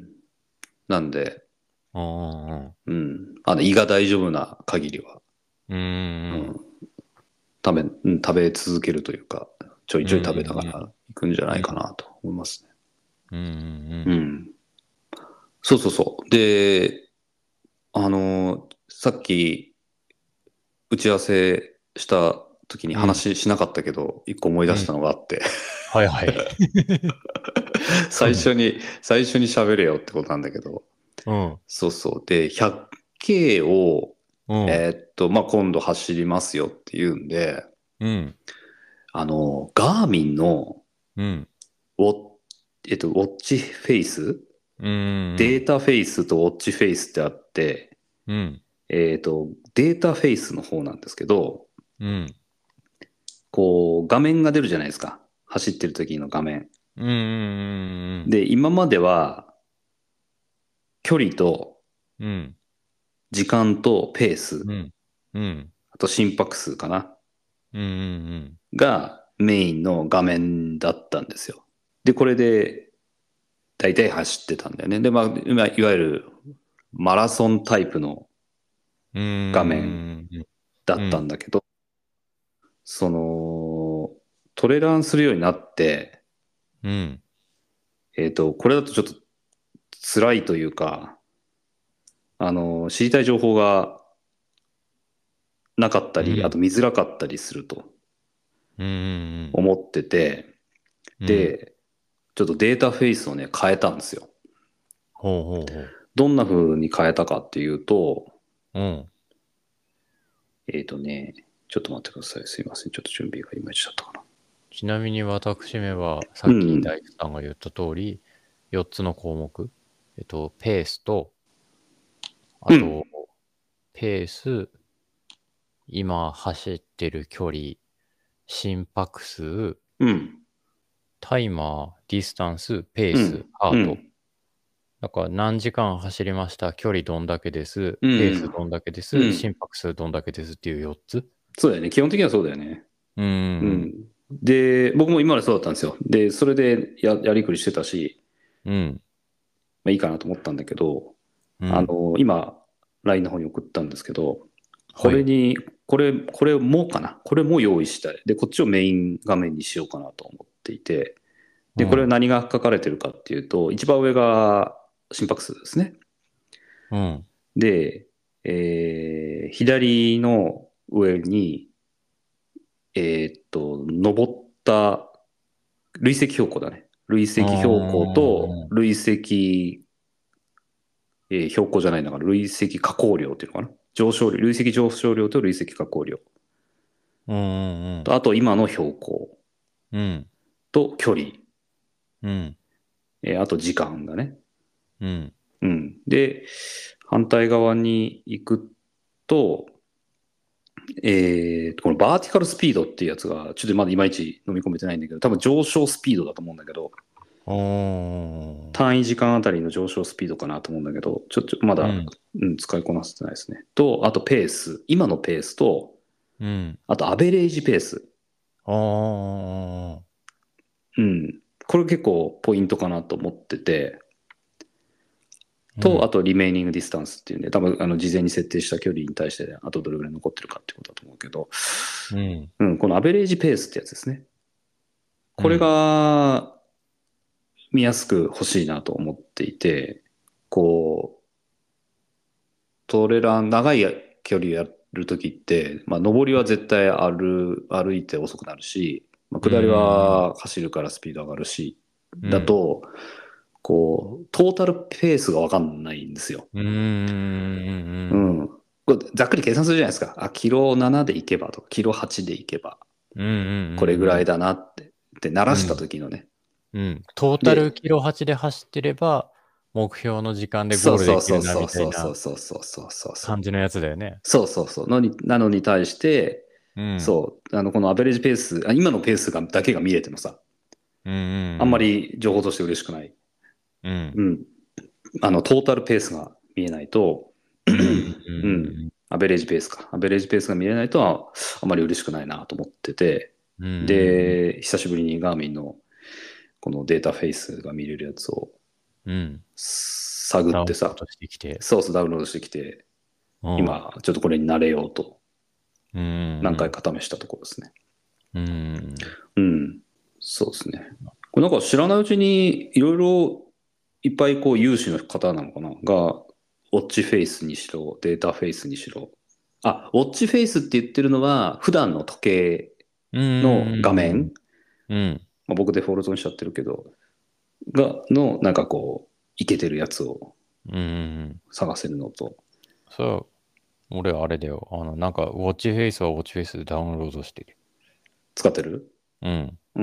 なんで、 うんうんうん。胃が大丈夫な限りは、 うん。うんうん。食べ続けるというか、ちょいうんちょい食べながらうん行くんじゃないかうんなと思いますね。 うんうんうん。そうそうそう。で、さっき打ち合わせした時にうん。 話しなかったけど、一個思い出うん。 したのがあって、 はいはい。そうね。 最初に喋れよってことなんだけど、 うん。 そうそう。で、100K を、 うん。 まあ、今度走りますよっていうんで、 うん。 ガーミンのうん。 ウォッ、ウォッチフェイスうん。 データフェイスとウォッチフェイスってあって、 うん。 データフェイスの方なんですけど、 うん。 こう、画面が出るじゃないですか。走ってる時の画面。 うん。うん。 で、今までは、距離とうん。 時間とペース、 うん。うん。 あと心拍数かな、 うん。うん。 がメインの画面だったんですよ。で、これで大体走ってたんだよね。で、まあ、いわゆるマラソンタイプのう画面ん。 だったんうん。 だけど、その、トレランするようになって、 うん。 これだとちょっと辛いというか、知りたい情報がなかったり、あうん。 と見づらかったりするとうん。 思ってて、 うん。 で、ちょっとデータフェイスをね、変えたんですよ。 ほうほうほどんな風に変えたかっていうと、 う。うん。 ちょっと待ってください。すいません。ちょっと準備がいまいちだったかな。 ちなみに私めは、さっきうん。 大工さんが言った通り、4つの項目。ペースと、あうん。 と、 ペース、今走ってる距離、心拍数、 うん。 タイマー、ディスタンス、ペース、 うん。 ハート。 うん。 だから何時間走りました、距離どんだけです、 うん。 ペースどんだけでうす、心ん。 拍数どんだけですっていう4つ。 そうだよね。基本的にはそうだよね。 うーん。 うん。で、僕も今までそうだったんですよ。で、それでやりくりしてたし、 うん。 まあいいかなと思ったんだけど、 うん。 今、LINE の方に送ったんですけど、こはい。 れに、これもかな。これも用意したい。で、こっちをメイン画面にしようかなと思っていて、で、これはうん。 何が書かれてるかっていうと、一番上が心拍数ですね。 うん。 で、左の上に、登った累積標高だね。累うー積標高とん。 累積、標高じゃないんだから、累積下降量っていうのかな。上昇量、累積上昇量と累積下降量うん。うん。 と、あと今の標高うん。 と距離、 うん。 あと時間だね。 うん。 うん。で、反対側に行くと、このバーティカルスピードっていうやつが、ちょっとまだいまいち飲み込めてないんだけど、多分上昇スピードだと思うんだけど、 おー。 単位時間あたりの上昇スピードかなと思うんだけど、ちょっとまだ、 うん。 使いこなせてないですね。と、あとペース。今のペースと、 うん。 あとアベレージペース。 あー。 うん。これ結構ポイントかなと思ってて、と、あうん。 とリメイニングディスタンスっていうんで、多分事前に設定した距離に対して、あとどれぐらい残ってるかってことだと思うけど、 うん。 うん、このアベレージペースってやつですね。これうん。 が見やすく欲しいなと思っていて、こう、長い距離やるときって、まあ、上りは絶対歩いて遅くなるし、まあ、 うん。 下りうん。 は走るからスピード上がるし、 うん。 だと、こう、トータルペースがわかんないんですよ。 うん。うん。 うん。これざっくり計算するじゃないですか。あ、キロ7で行けばとか、キロ8で行けば、 うん。 これぐらいうん。 だなって、で、鳴らしたうん。 時のね。 うん。トータルで、 キロ8で走ってれば、目標の時間でゴールでそうそうきるな、 そうそうみたいなそうそうそうそうそうそうそう。 感じのやつだよね。 そうそうそう。なのに対して、 うん。 そう、このアベレージペース、今のペースだけが見えてもさ、 うん。 あんまうん。 り情報として嬉しくない。 うん。 うん。トータルペースが見えないと、 うん。ううん。 ん。 アベレージペースか。アベレージペースが見えないと、あまり嬉しくないなと思ってて、 うん。うん。 で、久しぶりにガーミンのこのデータフェイスが見れるやつをうん。 探ってさ、 ダウンロードしてきて。 ソースダウンロードしてきて、 うん。 今、ちょっとこれに慣れようとうん。 何回か試したところですね。 うん。 うん。そうですね。これなんか知らないうちにいろいろいっぱいこう有志の方なのかなが、ウォッチフェイスにしろ、データフェイスにしろ。あ、ウォッチフェイスって言ってるのは普段の時計うの画ん。 面、 うん。 まあ、僕デフォルトにしちゃってるけど、なんかこう、いけてるやつをうん。 探せるのと、 そう、俺あれだよ。なんか、ウォッチフェイスはウォッチフェイスでダウンロードしてる。 使ってる。 うん。 うん。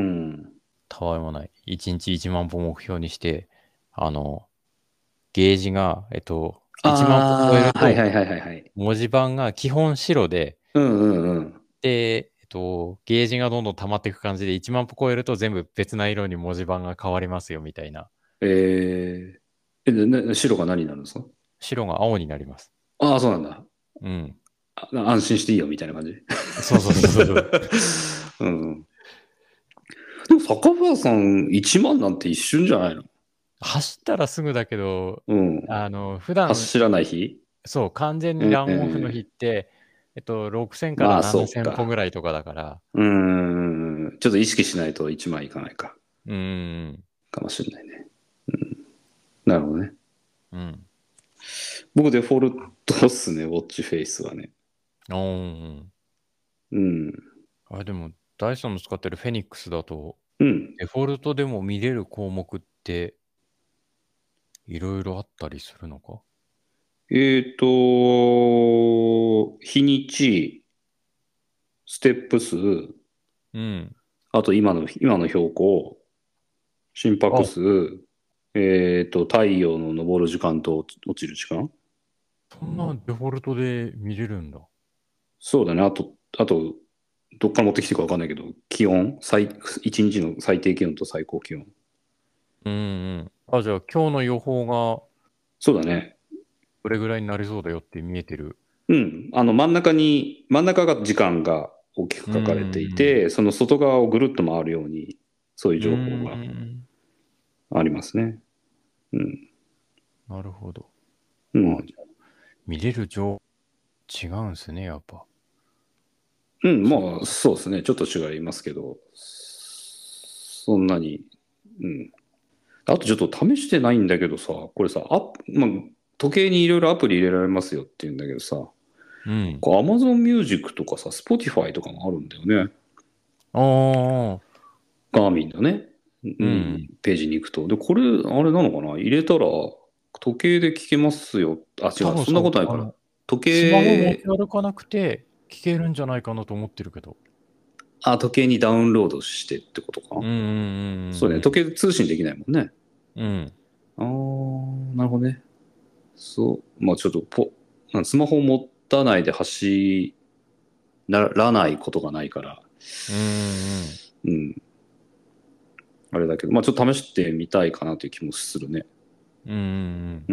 たわいもない。1日1万歩目標にして、あの、ゲージが、1万歩超えああ、はいると、 はいはいはいはい。 文字盤が基本白で、 うんうんうん。 で、ゲージがどんどん溜まっていく感じで、1万歩超えると全部別な色に文字盤が変わりますよ、みたいな。 白が何になるんですか？ 白が青になります。 ああー、そうなんだ。 うん。 安心していいよみたいな感じ。 そうそうそうそう。 うん。でも坂川さん1万なんて一瞬じゃないの？ 走ったらすぐだけど、 うん。 普段、 走らない日。 そう、完全にえランオフの日え、 って、6000からまあ、そう 7000歩ぐか。 らいとかだから、 ちょっと意識しないと1万いかないか。 うーん、 かもしれないね。なるほどね。 うん。 僕デフォルトっすね、ウォッチフェイスはね。 おー。 うん。 でも、ダイソンの使ってるフェニックスだと、 うん。 デフォルトでも見れる項目っていろいろあったりするのか？ 日にち、ステップ数、 うん。 あと今の標高、心拍あ、 数、太陽の昇る時間と落ちる時間。 そんなデフォルトで見れるんだ。 そうだね。あと、どっから持ってきてるかわかんないけど、気温、一日の最低気温と最高気温。 うんうん。あ、じゃあ今日の予報がそうだね。 どれぐらいになりそうだよって見えてる。 うん。真ん中が時間が大きくう書かれていん。 て、その外側をぐるっと回るように、そういうう情報がん。 ありますね。うん。 なるほど。あ、 うん。 じゃあ見れる情違うんすね、やっぱ。 うん。 そっまあ、そうですね。ちょっと違いますけど、そんなに。うん。あとちょっと試してないんだけどさ、これさ、まあ、時計にいろいろアプリ入れられますよって言うんだけどさ、 うん。 こう Amazon Music とかさ、Spotify とかもあるんだよね。 ああ、 ガーミンのね、 うん。 ページに行くと。で、これ、あれなのかな、入れたら、時計で聞けますよ。あ、違う、そんな多分そう、 ことないから。時スマホ持ち計、 歩かなくて聞けるんじゃないかなと思ってるけど。 時計にダウンロードしてってことかな。 うんうんそうね、時計通信できないもんね。 うんうん。うん。 なるほどね。そう、まあちょっとスマホを持たないで走らないことがないから、 うんうん。 うん、あれだけど、まあちょっと試してみたいかなという気もするね。 うんうんうん。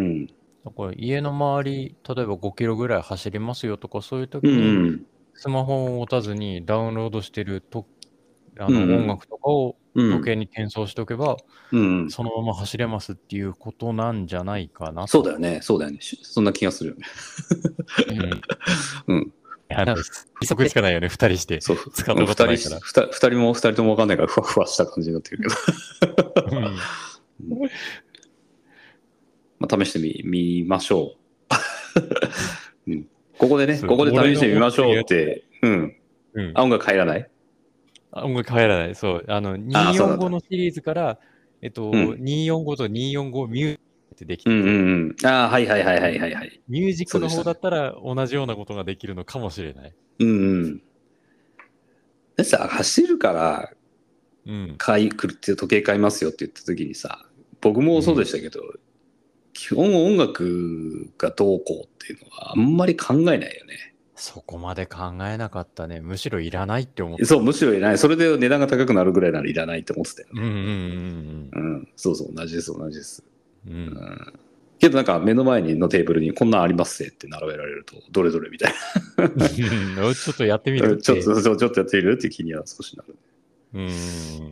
うん。 だから家の周り、例えば5キロぐらい走りますよとか、そういううん時に、 うん。 スマホを持たずにダウンロードしてるうんうん。 音楽とかを時計うん。 に転送しておけば、 うんうん。 そのまま走れますっていうことなんじゃないかなと。 そうだよね。そうだよね。そんな気がするよね。 うん。いうん。 や、なんか、規則つかないよね、二人してそう。 使ったことないから。 二人ともわかんないからふわふわした感じになってるけど。 うん。 うん、まあ試してみましょう。うん。 そう、 ここで試してみ俺の持っましょうてるやつ、 って、うん。 うん。 音楽入らない。 音楽入らない。そう。 ああ、そうなん 245 だ。 のシリーズから、 うん。 245と245ミュージックってできうんうてて、 んうん。ああ、はいはいはいはいはいはい。 ミュージックの方だそうでしたね。 ったら同じようなことができるのかもしれない。 うんうん。でさ、走るからうん。 時計買いますよって言った時にさ、僕もそうでうん。 したけど、基本音楽がどうこうっていうのはあんまり考えないよね。 そこまで考えなかったね。むしろいらないって思っそう、 た。 むしろいらない。それで値段が高くなるぐらいならいらないって思ってたよね。 うんうんうん。そうそう、同じです、同じです。 うんうん。うん。 うん。けどなんか目の前のテーブルにこんなんありますねって並べられると、どれどれみたいちょっとやってみるな。 って。 ちょっとやってみるって気には少しなる。 うん。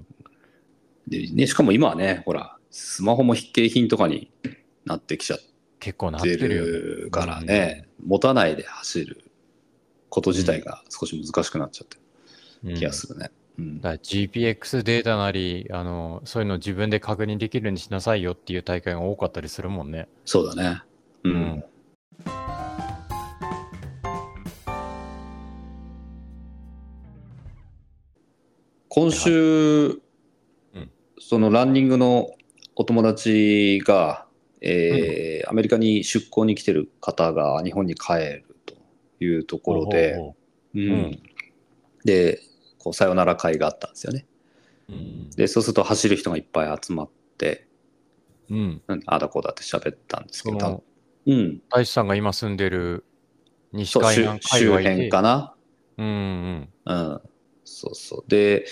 で、ね、しかも今はね、ほら、スマホも必携品とかになってきちゃっ結構なっててるよね。 るうからん。 ね、持たないで走ることうん。 自体が少し難しくなっちゃってる気がうん。 するね。うん。 だから GPX データなり、そういうの自分で確認できるようにしなさいよっていう大会が多かったりするもんね。 そうだね。ううん。 ん。今はいはい。 週、 うん。 そのランニングのお友達が、 うん。 アメリカに出向に来てる方が日本に帰るというとこほうろで、 ほうほう。ううん。 ん。 で、こう、さよなら会があったんですよね。 うん。 で、そうすると走る人がいっぱい集まって、 うん。 ああだこうだって喋ったんですけど、 その、 うん。 大地さんが今住んでる西そう、 海岸界周隈で、 辺かな。 うんうんうん。そうそう。で、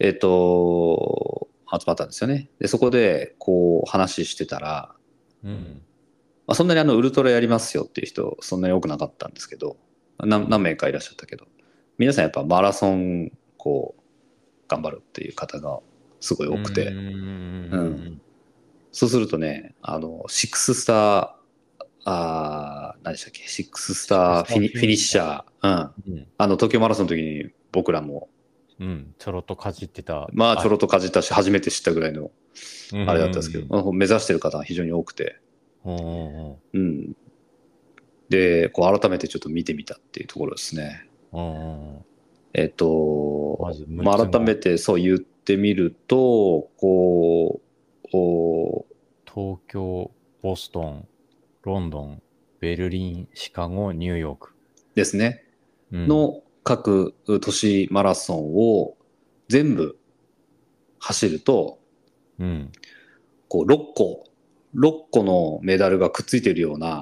集まったんですよね。で、そこで、こう、話してたら、 うん。うん。 まあ、そんなにウルトラやりますよっていう人、そんなに多くなかったんですけど、何名かいらっしゃったけど、皆さんやっぱマラソン、こう、頑張るっていう方がすごいうんう多くて、うん。 んそうするとね、シックススター、何でしたっけ、シックススシックスターターフィフィニッニッシャー。 シャー、うん。 うん。 東京マラソンの時に僕らも、 うん。ちょろっとかじってた。 まあちょあ、 ろっとかじったし、初めて知ったぐらいの、 うんうんあれだったんですけど、 うん。 目指してる方が非常に多くて、 うんうんうん。 うん。で、こう改めてちょっと見てみたっていうところですね。 うんうんうん。まず6 まあ、 つが、 改めてそう言ってみると、こう、 東京、ボストン、ロンドン、ベルリン、シカゴ、ニューヨーク。 ですね、 うん。 の各都市マラソンを全部走ると、 うん。 こう6個のメダルがくっついてるような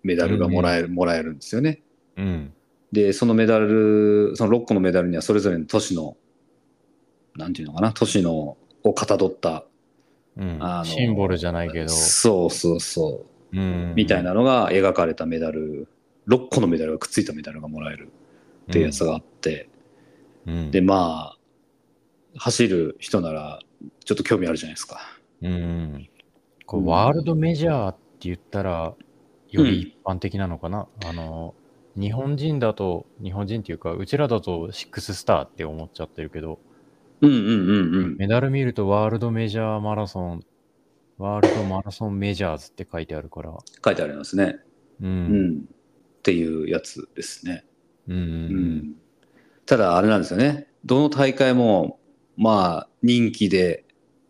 メダルがもらえるんですよね。 うん。 で、そのメダル、その6個のメダルにはそれぞれの都市の、なんていうのかな、都市のをかたどった、 うん。シンボルじゃないけど。 そうそうそう、 うん。 みたいなのが描かれたメダル、6個のメダルがくっついたメダルがもらえるっていうやつがあって、 うん。 で、まあ、走る人なら、ちょっと興味あるじゃないですか。 うん。こうワールドメジャーって言ったら、より一般的なのかな。日本人だと、日本人っていうか、うちらだとシックススターって思っちゃってるけど、 うんうんうんうん。 メダル見るとワールドメジャーマラソン、ワールドマラソンメジャーズって書いてあるから。 書いてありますね。 う。 うんん。っていうやつですね。 うん。うん。 ただあれなんですよね。どの大会も、まあ、人気で、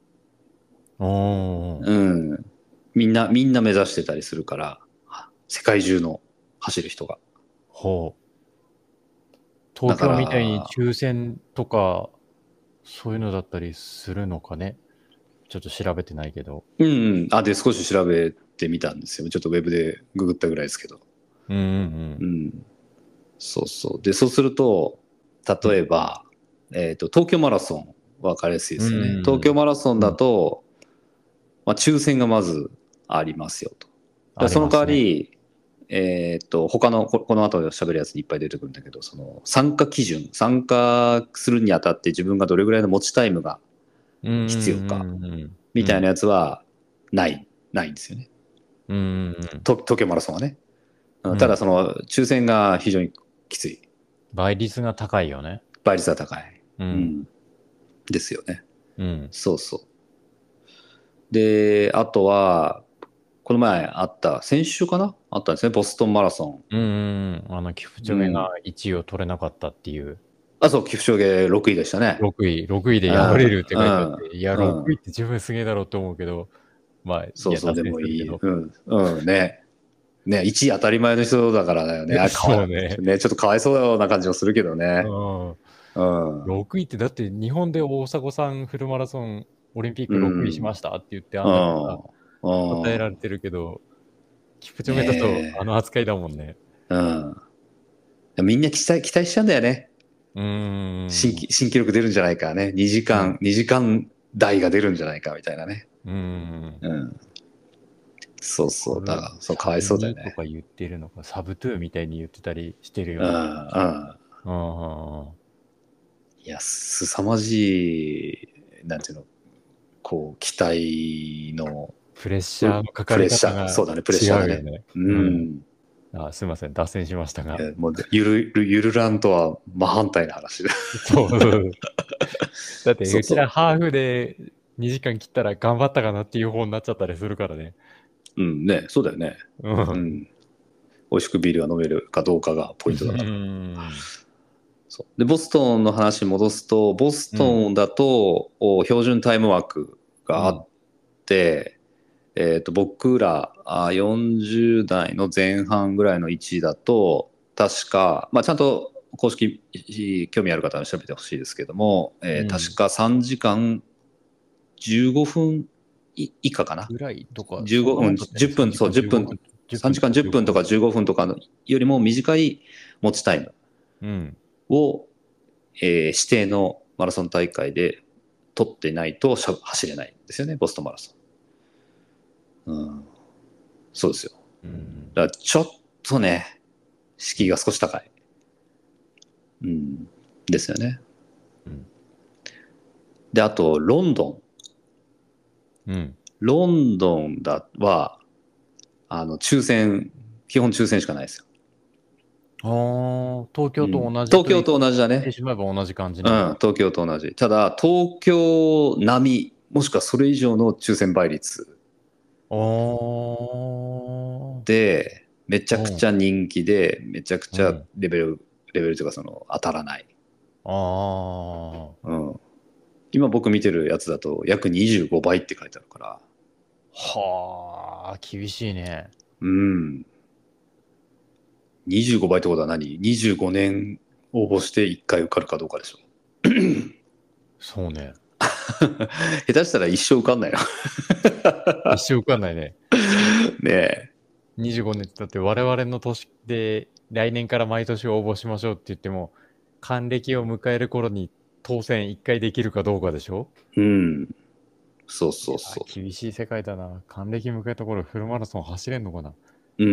おー。 うん。みんな目指してたりするから、世界中の走る人が。 ほう。 だか東京みたいにら、 抽選とか、そういうのだったりするのかね。ちょっと調べてないけど。 うんうん。あ、で、少し調べてみたんですよ。ちょっとウェブでググったぐらいですけど。 うんうんうん。そうそう。で、そうすると、例えば、東京マラソン、わかりやすいですよね。 うん東京マラソンだと、まあ、抽選がまずありますよと。 ありますね。 その代わり、他のこの後で喋るやつにいっぱい出てくるんだけど、その参加基準、参加するにあたって自分がどれぐらいの持ちタイムが必要か、みたいなやつはないんですよね。東京マラソンはね。ただその抽選が非常にきつい。 倍率が高いよね。 倍率が高い。 うん。 ですよね。 うん。 そうそう。で、あとは、この前あった、先週かなあったんですね、ボストンマラソン。 キプチョゲが1位を取れなかったっていう。 あ、そう、キプチョゲ6位でしたね。 6位で敗れるって書いてあって、いや、 うん 6位って自分すげえだろうと思うけど、まあ、 そうそう、 いや、 でもいい。 脱線するね。ね、1位当たり前の人だからだよね。あ、 そうね。 ね、ちょっとかわいそうな感じもするけどね。 6位ってだって日本で大迫さんフルマラソンオリンピック6位しましたって言ってあんだけさ、答えられてるけど、キプチョゲだとあの扱いだもんね。 みんな期待しちゃうんだよね。新記録出るんじゃないかね。2時間台が出るんじゃないかみたいなね。そうそう。だから、そう、かわいそうだよね。 とか言ってるのか、サブトゥーみたいに言ってたりしてるよね。 いや、凄まじい、なんていうの、こう、期待の。 プレッシャーのかかり方がそうだね、プレッシャーだね。 すいません、脱線しましたが。 もうゆるらんとは真反対な話だ。 そう。だって、うちらハーフで2時間切ったら頑張ったかなっていう方になっちゃったりするからね。 ね、そうだよね。美味しくビールが飲めるかどうかがポイントだから。で、ボストンの話に戻すと、ボストンだと、標準タイム枠があって、僕ら40代の前半ぐらいの位置だと、確か、まあ、ちゃんと公式興味ある方は調べてほしいですけども、確か3時間15分以下かな。 ぐらいとか。 15分、10分、そう、10分、3時間10分とか15分とかよりも短い持ちタイムを、指定のマラソン大会で取ってないと走れないんですよね、ボストンマラソン。そうですよ。だからちょっとね、敷居が少し高い。ですよね。で、あと、ロンドン。ロンドンは、基本抽選しかないですよ。 東京と同じ。 東京と同じだね。 言ってしまえば同じ感じ東京と同じ。ただ、東京並み、もしくはそれ以上の抽選倍率。で、めちゃくちゃ人気で、めちゃくちゃレベルというか、当たらない。今僕見てるやつだと、約25倍って書いてあるから。 はあ、厳しいね。 25倍ってことは何 ?25 年応募して1回受かるかどうかでしょ。 そうね。 下手したら一生受かんないよ。 一生受かんないね。 ねえ。 25年ってだって我々の年で来年から毎年応募しましょうって言っても、還暦を迎える頃に当選1回できるかどうかでしょ。 うん。そうそうそ厳しい世界だな。還暦迎えた頃フルマラソン走れんのかな。 う。うん。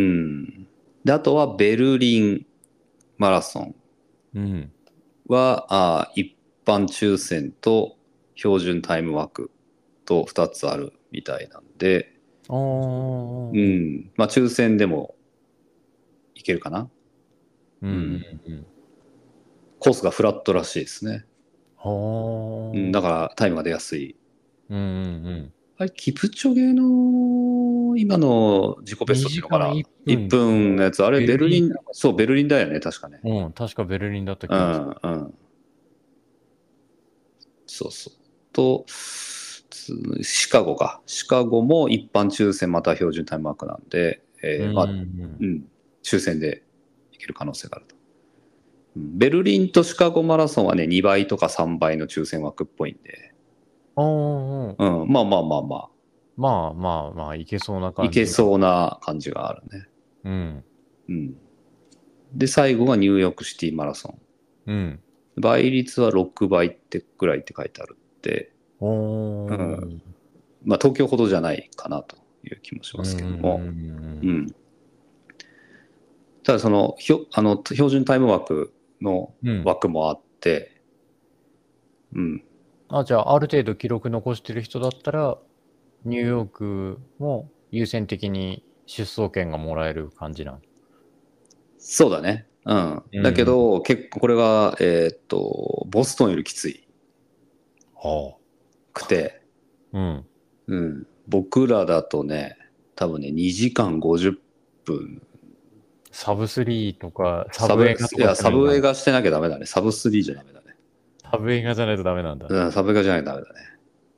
で、あとはベルリンマラソンうん。 は、一般抽選と標準タイム枠と2つあるみたいなんで、 おー。 うん。まあ、抽選でもいけるかな。 うんうんうん。 コースがフラットらしいですね。 ほー。 うん、だからタイムが出やすい。 うんうんうん。 あれ、キプチョゲの今の自己ベストっていう 2時間のかな？ 1 1 分。 分のやつ、あれベルリン。 ベルリン、そう、ベルリンだよね、確かね。 うん、確かベルリンだったう気がする。 ん、うん。そうそう。と、シカゴか。シカゴも一般抽選または標準タイムワークなんで、まあ、うん、抽選でいける可能性があると。ベルリンとシカゴマラソンはね、2倍とか3倍の抽選枠っぽいんで、 おー。 うん、まあまあまあまあ、 まあまあまあ、いけそうな感じ。 いけそうな感じがあるね。 うん。 うん。で、最後がニューヨークシティマラソン。 うん。 倍率は6倍ってぐらいって書いてあるって、 おうん。 ー。 まあ東京ほどじゃないかなという気もしますけども、 うんうん。ただその、標準タイム枠のうん。 枠もあって、うん。 あ、じゃあ、ある程度記録残してる人だったら、ニューヨークも優先的に出走権がもらえる感じなの。 そうだね。うん。だけうん。 ど、結構これが、ボストンよりきついはくて、 あ。うん。 うん。僕らだとね、多分ね、2時間50分。 サブ3とか、サブ映画といや、 かしてないとダメ。 サブ映画してなきゃダメだね。サブ3じゃダメだね。 サブ映画じゃないとダメなんだ。 うん、サブ映画じゃないとダメだね。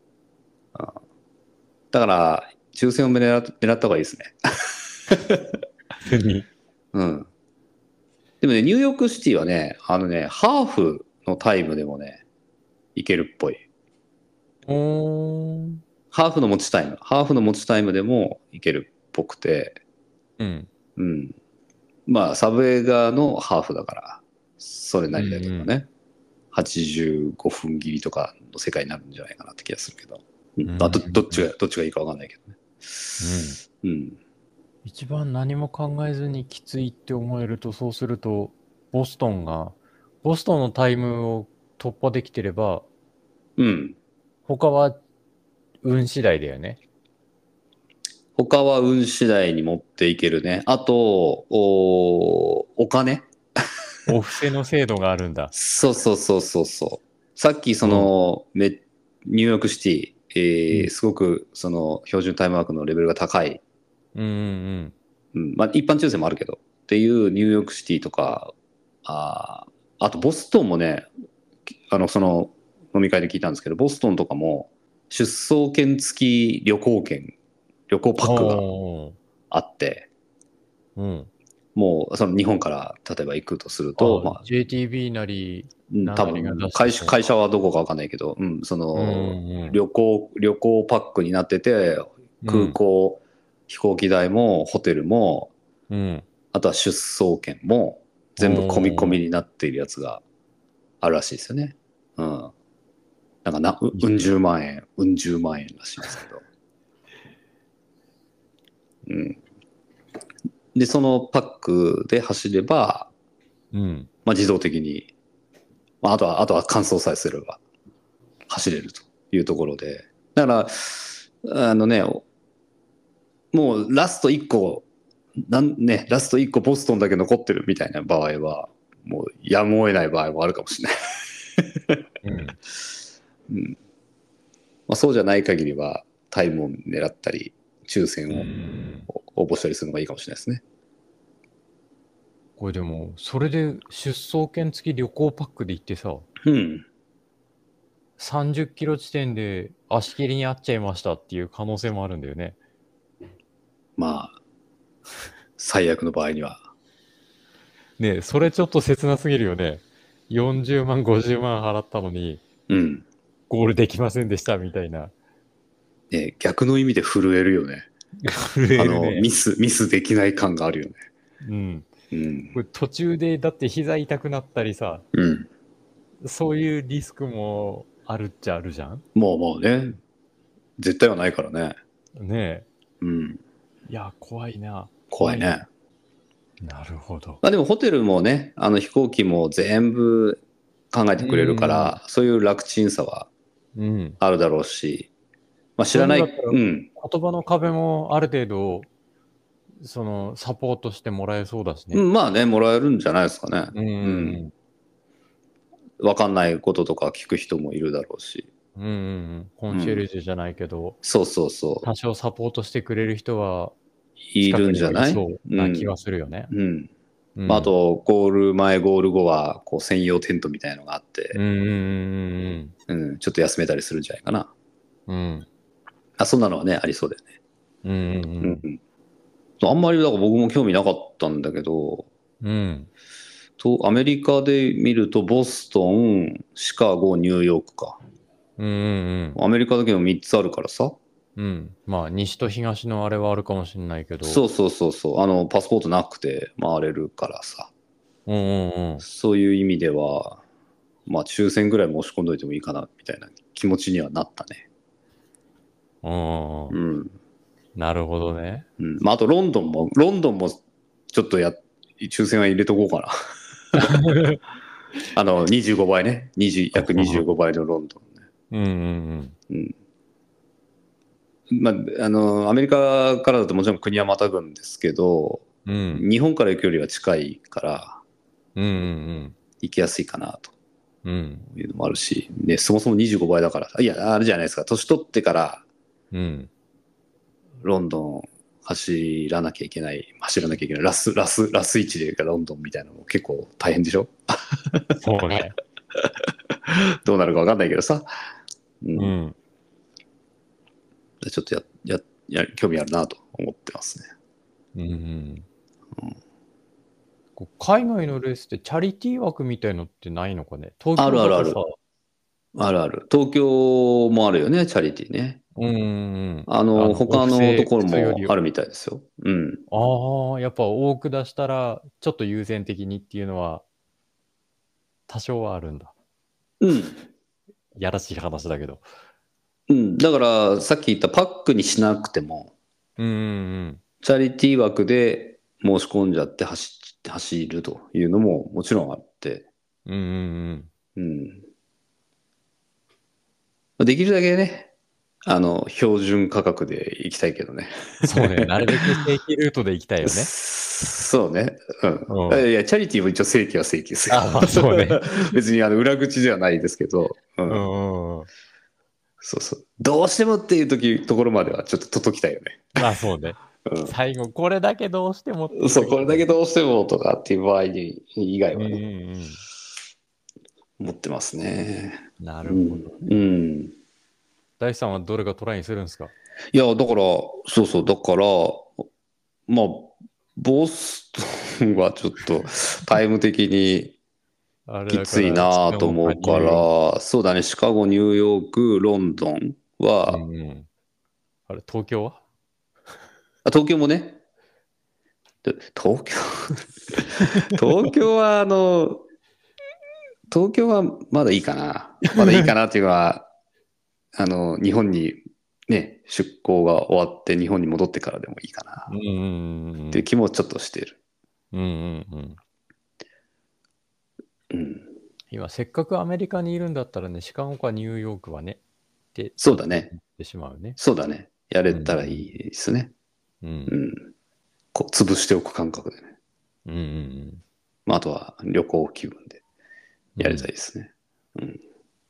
だから、抽選を狙った方がいいですね。 普通に。 うん。でもね、ニューヨークシティはね、ハーフのタイムでもね、いけるっぽい。 おー。 ハーフの持ちタイムでもいけるっぽくて、 うん。 うん。まあ、サブ映画のハーフだから、それなりだけどうんね。85分切りとかの世界になるんじゃないかなって気がするけど。 うんどっちがいいかわかんないけどね。 うん。 うん。 一番何も考えずにきついって思えると、そうすると、ボストンが、ボストンのタイムを突破できてれば、 うん。 他は運次第だよね。 他は運次第に持っていけるね。あと、お金お布施の制度があるんだ。 そうそうそうそうそう。さっきそうん。 の、ニューヨークシティ、 うん。 すごくその標準タイムワークのレベルが高い。 うんうんうん、まあ一般抽選もあるけど。っていうニューヨークシティとか、あとボストンもね、その飲み会で聞いたんですけど、ボストンとかも出走券付き旅行パうん。 ックがおー。 あって、 うん。 もうその日本から例えば行くとすると、 あ、 まあ、 JTB なり、 多なんなりが分出してそうな。 会社はどこかわかんないけど、そうんのうん旅行パックになってて、 うん。 飛行機代もホテルも、 うん。 あとは出走券も全部込みおー。 になっているやつがあるらしいですよね。うん。なんかいいっすね。 うん十万円らしいですけど。うん。で、そのパックで走れば、 うん。 まあ自動的に、まああとは乾燥さえすれば走れるというところで。だから、もうラスト1個、ラスト1個ボストンだけ残ってるみたいな場合は、もうやむを得ない場合もあるかもしれない。 うん。 うん。まあ、そうじゃない限りは、タイムを狙ったり、抽選を応募したりするのがいいかもしれないですね。 これでも、それで出走券付き旅行パックで行ってさ、 うん。 30キロ地点で足切りに遭っちゃいましたっていう可能性もあるんだよね。 まあ、最悪の場合には。 ねえ、それちょっと切なすぎるよね。40万、50万払ったのに、 うん。 ゴールできませんでしたみたいな。 ね、逆の意味で震えるよね。 震えるね。 ミスできない感があるよね。 うん。 うん。 これ途中でだって膝痛くなったりさ、 うん。 そういうリスクもあるっちゃあるじゃん。 もうね、絶対はないからね。 ねうん。 え。いや、怖いな。 怖いね。 なるほど。 まあでもホテルもね、飛行機も全部考えてうくれるかん。 ら、そういう楽ちんさはうん。 あるだろうし、まあ知そうらない、 いうのだったら、 うん。 言葉の壁もある程度、サポートしてもらえそうだしね。 うん、まあね、もらえるんじゃないですかね。 うんうん。 うん。 わかんないこととか聞く人もいるだろうし。 うんうんうん。コンシェルうん。 ジュじゃないけど、 そうそうそ多少サポートしてくれる人はう。いるん近くにじゃないはいそううん。 な気はするよね。 うん。まあ、あうん。 と、ゴール前、ゴール後は、こう、専用テントみたいのがあっうんて、 うんうん、ちょっと休めたりするんじゃないかな。 うんうん。うん。 あ、そんなのはね、ありそうだよね。 うんうんうん。あんまり、だから僕も興味なかったんだけど、 うん。うん。 アメリカで見ると、ボストン、シカゴ、ニューヨークか。 うんうんアメリカだけど3つあるからさ。 うん。うん。まあ、西と東のあれはあるかもしれないけど。 そうそうそうそう。パスポートなくて回れるからさ。 うんうんうん。 そういう意味では、まあ、抽選ぐらい申し込んどいてもいいかな、みたいな気持ちにはなったね。 うんうんうん。 うん。 なるほどね。 うん。まあ、あと、ロンドンも、ちょっと抽選は入れとこうかな。25倍ね。約25倍のロンドンね。 うんうんうん。まあ、アメリカからだともちろん国はまたぐんですけど、 うん。うん。 日本から行くよりは近いから、 うんうん行きやすいかなとうん。うんいうのもあるし、ね、そもそも25倍だから、いや、あれじゃないですか、年取ってからうん。 ロンドン走らなきゃいけない、ラス1でロンドンみたいなのも結構大変でしょ。 そうね。 どうなるかわかんないけどさ。うん。 うん。 ちょっと興味あるなと思ってますね。 うんうん。海外のレースってチャリティー枠みたいのってないのかね。東あ京だとさ、 るあるある。あるある。東京もあるよね、チャリティーね。 うんうんうん。お他布施のところするより、 もあるみたいですよ。うん。 ああ、やっぱ多く出したら、ちょっと優先的にっていうのは、多少はあるんだ。 うん。 やらしい話だけど。 うん。だから、さっき言ったパックにしなくても、 うんうんチャリティー枠で申し込んじゃって走るというのももちろんあって、 うん。うんうんうん。できるだけね、標準価格で行きたいけどね。 うん。そうね。なるべく正規ルートで行きたいよね。 そうね。うん。 うん。 いや、チャリティーも一応正規は正規ですよ。 あ、まあそうね。 別に裏口ではないですけど、ううん。 んうんうん。 そうそう。どうしてもっていうところまではちょっと届きたいよね。 まあそうね。最後、これだけどうしてもっていうそう、これだけ時に。 どうしてもとかっていう場合に以外うんうはね、 んうん。 持ってますね。 なるほうん。 どね。 うん。 大地さんはどれがトライにするんですか？ いや、だから、そうそう、だから、まあ、ボストンはちょっとタイム的にあれきついだから、シなとカゴか思うかニューヨーク。 ら、そうだね、シカゴ、ニューヨーク、ロンドンうは、 んうん。あれ、東京は？ 東京もね、東京東京は、東京はまだいいかな。まだいいかなっていうのは、日本にね、出向が終わって日本に戻ってからでもいいかな。 うんうんうっていうん気もちょっとしてる。 うんうんうん。 うん。 今、せっかくアメリカにいるんだったらね、シカゴかニューヨークはね、ってちょっとそうだね。 言ってしまうね。 そうだね。やれうんたらいいですね。 うん。 うん。こう、潰しておく感覚でね。 うんうんまあ、あとは旅行気分でうん。 やりたいですね。うん。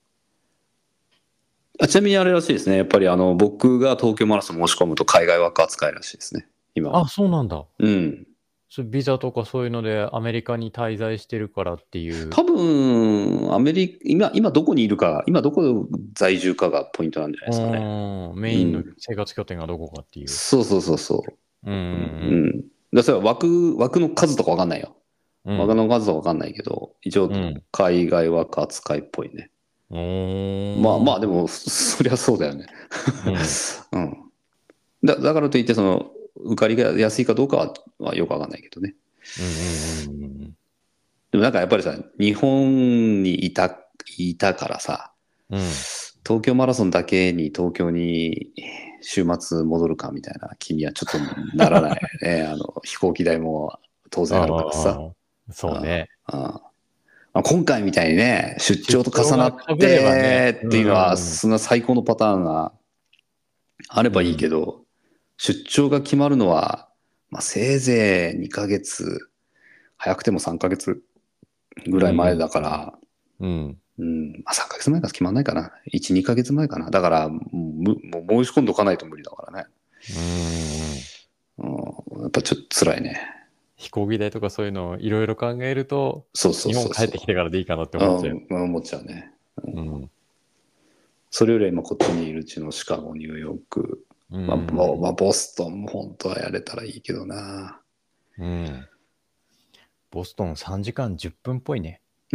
ちなみにあれらしいですね。やっぱり僕が東京マラソン申し込むと海外枠扱いらしいですね。今は。 あ、そうなんだ。 うん。 ビザとかそういうのでアメリカに滞在してるからっていう。 多分、今どこにいるか、今どこ在住かがポイントなんじゃないですかね。 メインのうん。 生活拠点がどこかっていう。 そうそうそうそうんう。ううんん。それは枠の数とかわかんないよ。 うん。 枠の数はわかんないけど、一応うん。 海外枠扱いっぽいね。 うん。 まあまあ、でも、そりゃそうだよね。 うん。 うん。 だからといって、その、受かりが安いかどうかはよくわかんないけどね。 うんうんうんうんでもなんかやっぱりさ、日本にいたからさ、 うん。 東京マラソンだけに東京に週末戻るかみたいな気にはちょっとならないね。飛行機代も当然あるからさ。 ああ、そうあね。 あ今回みたいにね、出張と出張重なっが被ればね。 てっていうのは、 うんうんそんな最高のパターンがあればいいうん。 けど、出張が決まるのは、まあ、せいぜい2ヶ月、早くても3ヶ月ぐらい前だから、 うん。 まあ、3ヶ月前から決まんないかな。1、2ヶ月前かな。だから、もう申し込んでおかないと無理だからね。 うんうんうん。 やっぱちょっと辛いね。 飛行機代とかそういうのをいろいろ考えると、 そうそう日本そうそ帰ってきてからでいいかなってう。 思っちゃう。 思っちゃうね。 うん。 それより今こっちにいるうちのシカゴ、ニューヨーク、 うまあ、 ん。 ボストンも本当はやれたらいいけどな。 うん。ボストン3時間10分っぽいね。 うん。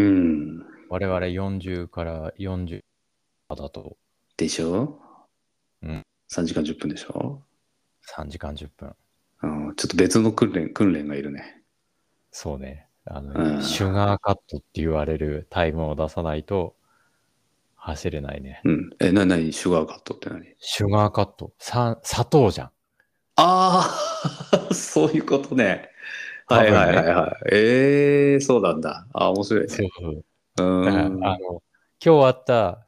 我々40から40だと。 でしょ？ うん。 3 時間10分でしょ？ 3時間10分。 ちょっと別の訓練がいるね。 そうね。 うん。 シュガーカットって言われるタイムを出さないと走れないね。 うん。何シュガーカットって何？ シュガーカット。砂糖じゃん。 ああ、そういうことね。はいはいはい多分ね。 はい。そうなんだ。面白いね。 そうそう。 うーだから、 ん。 今日あった、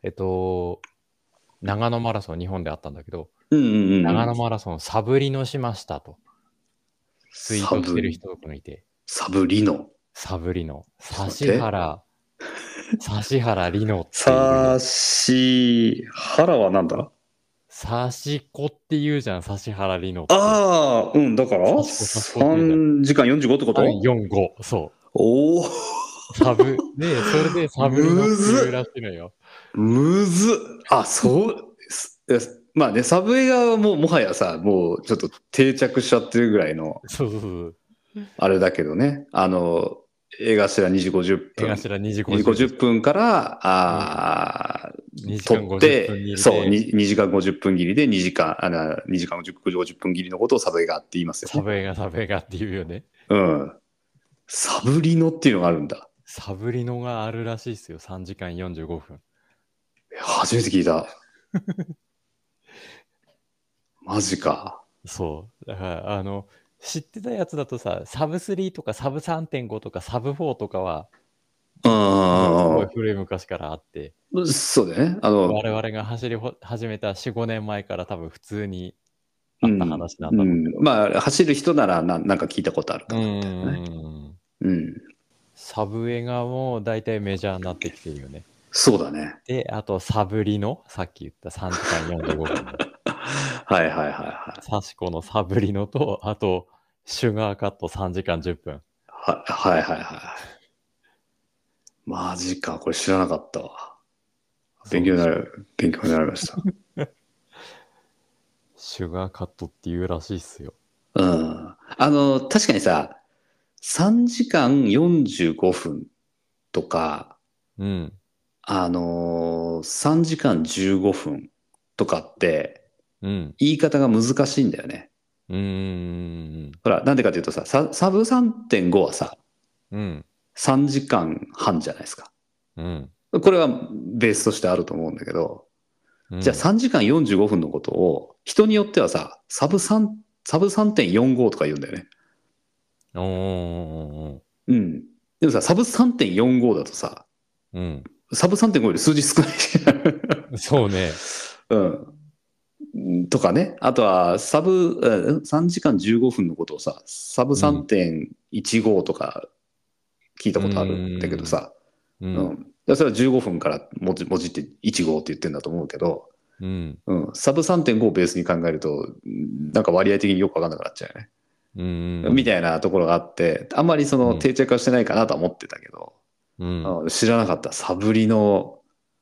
長野マラソン、日本であったんだけど、 うんうんうんうん。 長野マラソンサブリノしましたとツイートしてる人がいて、 サブリノ。 サブリノ。 ちょっと待って。 指原リノっていう、 さし、原はなんだ？ 刺し子って言うじゃん、指原リノって。 ああ、うん、だから刺し子って言うじゃん。 3時間45ってこと？ 345、そおおー、 う。で、それでサブリノっむていうらしずいのよ。 っ。むずっ。まあね、サブ映画はもはやさ、もうちょっと定着しちゃってるぐらいの、 そうそうそう。 あれだけどね。映画頭2時50分。 江頭2時 2時 50 50分から、 分。うん。2時撮間50分って、そう、 切りで、 2時間50分切りで2時間50分切りのことをサブ映画って言いますよね。 サブ映画って言うよね。 うん。サブリノっていうのがあるんだ。 サブリノがあるらしいですよ。3時間45分。 初めて聞いた。マジか。 そう。だから、知ってたやつだとさ、サブ3とかサブ3.5とかサブ4とかは、もうすごい古い昔からあって、 そうだよね。 我々が走り始めた4、5年前から多分普通にあったうん。 話なんうん。 だろうけど。 まあ、走る人ならなんか聞いたことあるうかな、みたいなね。 ーん。 うん。 サブ映画も大体メジャーになってきてるよね。 そうだね。 で、あとサブリノ、さっき言った3時間45分の、 はいはいはいはい。 サシコのサブリノと、あと、シュガーカット3時間10分。 はいはいはい。マジか。これ知らなかったわ。 そう、 勉強になりました。 シュガーカットっていうらしいっすよ。 うん。確かにさ、3時間45分とか、 うん。 3時間15分とかって、 うん。 言い方が難しいんだよね。 うーん。 ほら、なんでかというとさ、サブ3.5はさ、 うん。 3時間半じゃないですか。 うん。 これはベースとしてあると思うんだけど、じゃあうん。 3時間45分のことを、人によってはさ、サブ3.45とか言うんだよね。 おー。 うん。でもさ、サブ3.45だとさ、 うん。 サブ3.5より数字少ないし。 そうね。 うん。とかね。あとは、3時間15分のことをさ、サブうん。 3.15とか聞いたうことあるんだけどーん。 さ、 うん。 うん。それは15分から文字って15って言ってんだと思うけど、 うん。 うん。サブ3.5をベースに考えると、なんか割合的によくわかんなくなっちゃうよね。 うん。 みたいなところがあって、あんまりそのうん。 定着はしてないかなとは思ってたけど、 うん。 知らなかった。サブリの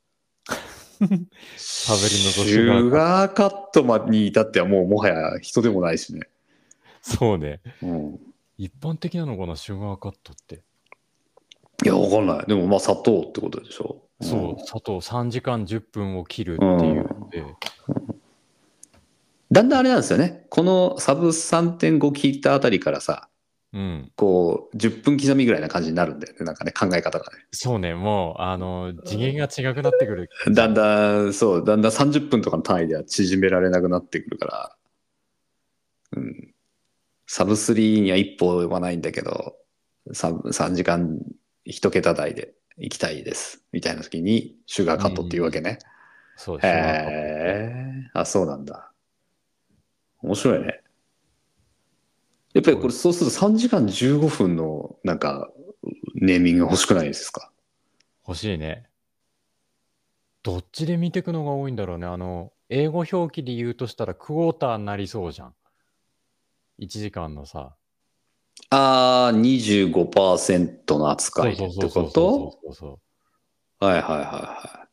サブリノとシュガーシュカット。 ガーカットに至ってはもはや人でもないしね。 そうね。 うん。 一般的なのかな、シュガーカットって。 いや、わかんない。でもまあ砂糖ってことでしょ。 そう、砂糖3時間10分を切るうっていうのん。 で、 だんだんあれなんですよね。このサブ3.5聞いたあたりからさ、 うん。 こう、10分刻みぐらいな感じになるんだよね。なんかね、考え方がね。 そうね、もう、次元が違くなってくるじだんゃん。 だん、そう、だんだん30分とかの単位では縮められなくなってくるから、うん、サブ3には一歩及ばないんだけど、3時間一桁台で行きたいです。みたいな時に、シュガーカットっていうわけね。 そう、 へシュガーカットって。 え、あ、そうなんだ。面白いね。やっぱりこうこれそうすると3時間15分のなんかネーミング欲しくないですか？ 欲しいね。どっちで見てくのが多いんだろうね。英語表記で言うとしたらクォーターになりそうじゃん。1時間のさ。 ああ、25%の扱そうそういでってこそうそうそうそうと？ そうそはいはいはいはい。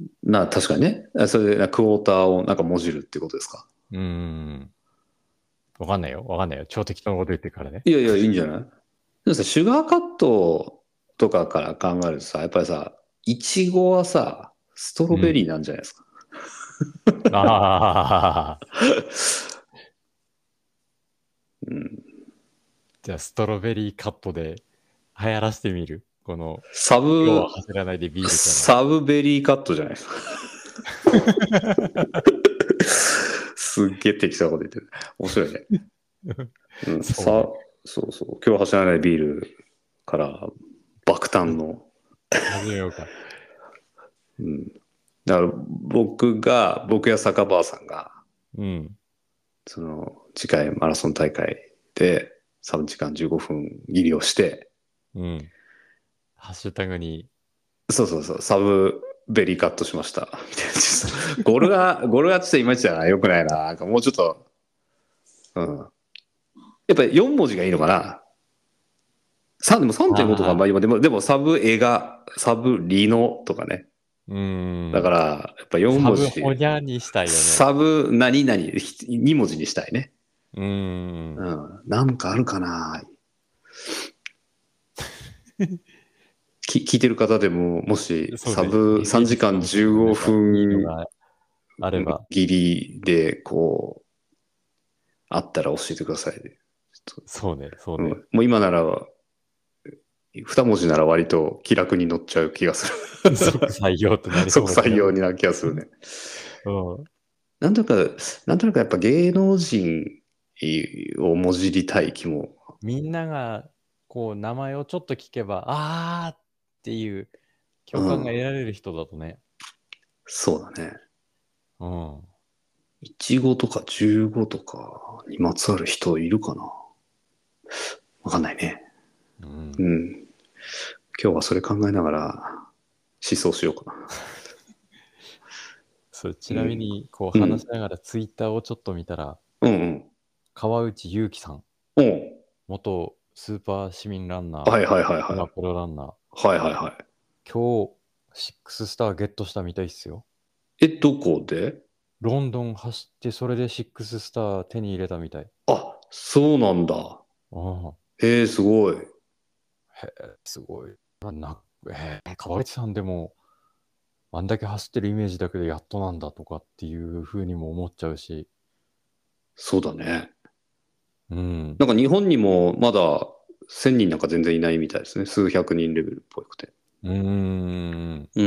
確かにね。それでクォーターをなんかもじるってことですか？ う。わかんないよ。わかんないよ。超適当なこと言ってるからね。 いやいや、いいんじゃない？でもさ、シュガーカットとかから考えるとさ、やっぱりさ、イチゴはさ、ストロうん。 ベリーなんじゃないですか。 ああ。 うん、 じゃあ、ストロベリーカットで流行らせてみる。この、 サ今日はブ、 走らないでビールから。 サブベリーカットじゃないですか。すっげえ適当なこと言ってる。面白いね。うん、 そうね。 そうそう。今日走らないビールから爆誕の。 始めようか。 うん。だから僕や坂場さんが、 うん。 その次回マラソン大会で3時間15分切りをして、 うん。ハッシュタグに、 そうそうそう、サブベリーカットしました。みたいな。ちょっとゴルがちょっといまいちだな。よくないな。なんかもうちょっと、うん。やっぱり4文字がいいのかな。でも3.5とか、まああ、 あ今でもサブ映画、サブリノとかね。 うーだかん。 ら、やっぱ4 サ文字、 ブホニャにしたいよね。 サブ何々、2文字にしたいね。 うーん。 うん。なんかあるかな。聞いてる方でも、もしそうね。 サブ3 リクエス時間トとか 15 なんかいいの分があれば、 切りで、こう、あったら教えてくださいね。ちょっそうね、そうと、うん。 ね。 もう今なら、2文字なら割と気楽に乗っちゃう気がす即採用ってなる。即りそうだけど。 採用になる気がするね。 うん。 なんとなく、なんとなくやっぱ芸能人をもじりたい気も。 みんなが、こう、名前をちょっと聞けば、あーっていうう共感が得ん。 られる人だとね。 そうだね。 うん。 いちごとか15とかにまつわる人いるかな？わかんないね。 うん。 うん。今日はそれ考えながら思想しようかな。 そう、ちうん。 なみに、こう、 うん。 話しながらツイッターをちょっと見たら、 うんうん。 川内優輝さん、 おう。 元スーパー市民ランナー、 はいはいはいはい。 今プロランナー、 はいはいはい。 今日、シックススターゲットしたみたいっすよ。 どこで？ ロンドン走って、それでシックススター手に入れたみたい。 あ、そうなんだ。 ああ、 すごい。 へえ、すごい。川内さんでも、あんだけ走ってるイメージだけでやっとなんだとかっていう風にも思っちゃうし、 そうだね。 うん。 なんか日本にもまだ1000人なんか全然いないみたいですね。数百人レベルっぽくて。 うーん。 うん。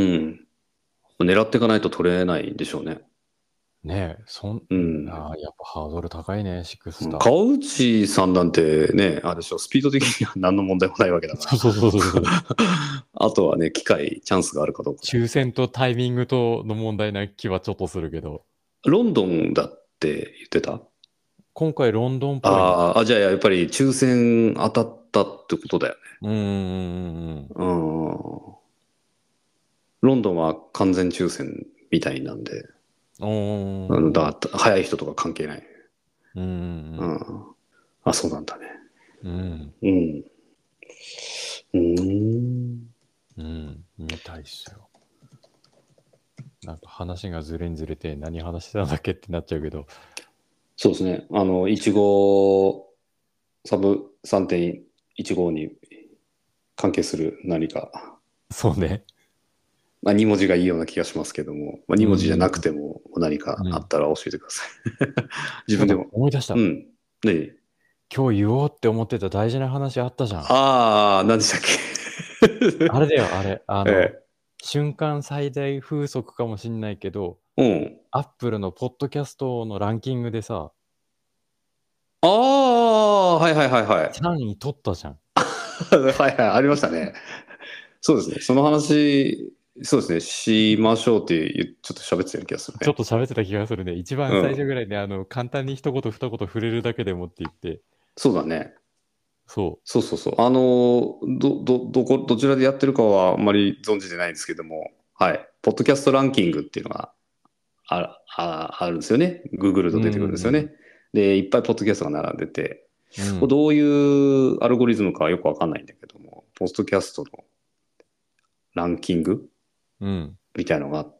狙っていかないと取れないんでしょうね。 ねえ、 うん。 やっぱハードル高いね、シックススター。 川内さんなんてね、あれでしょ、スピード的には何の問題もないわけだかそうそうそうそうそう。 ら。あとはね、チャンスがあるかどうかで。 抽選とタイミングとの問題な気はちょっとするけど、 ロンドンだって言ってた？ 今回ロンドンっぽいね。 じゃあやっぱり抽選当たったってことだよね。 うーん。 うん。ロンドンは完全抽選みたいなんで、 おー。 早い人とか関係ない。 うーん。 うん。あ、そうなんだね。 うん。 うん。うーん。 うん。みたいっすよ。なんか話がずれにずれて何話してたんだっけってなっちゃうけど。 そうですね。いちごサブ3.15に関係する何か。 そうね。 まあ、2文字がいいような気がしますけども、まあ、2文字じゃなくても何かあったら教えてください。自分でも。 思い出した。 ねえ。 今日言おうって思ってた大事な話あったじゃん。 ああ、何でしたっけ。 あれだよ、あれ。 え瞬間最大風速かもしんないけど、 え。 アップルのポッドキャストのランキングでさ、 ああ、はいはいはいはい。 3位取ったじゃん。 はいはい、ありましたね。そうですね。その話、そうですね。しましょうってちょっと喋ってたような気がするね。 ちょっと喋ってた気がするね。一番最初ぐらいで、簡単に一言二言触れるだけでもって言って、 そうだね。 そそうそうそう。どちらでやってるかはあんまり存じてないんですけども、はい。ポッドキャストランキングっていうのがあるんですよね。Google う。うと出てくるんですよん。 ね。で、いっぱいポッドキャストが並んでて、これうん。 どういうアルゴリズムかはよくわかんないんだけども、ポッドキャストのランキングうん。 みたいのがあって、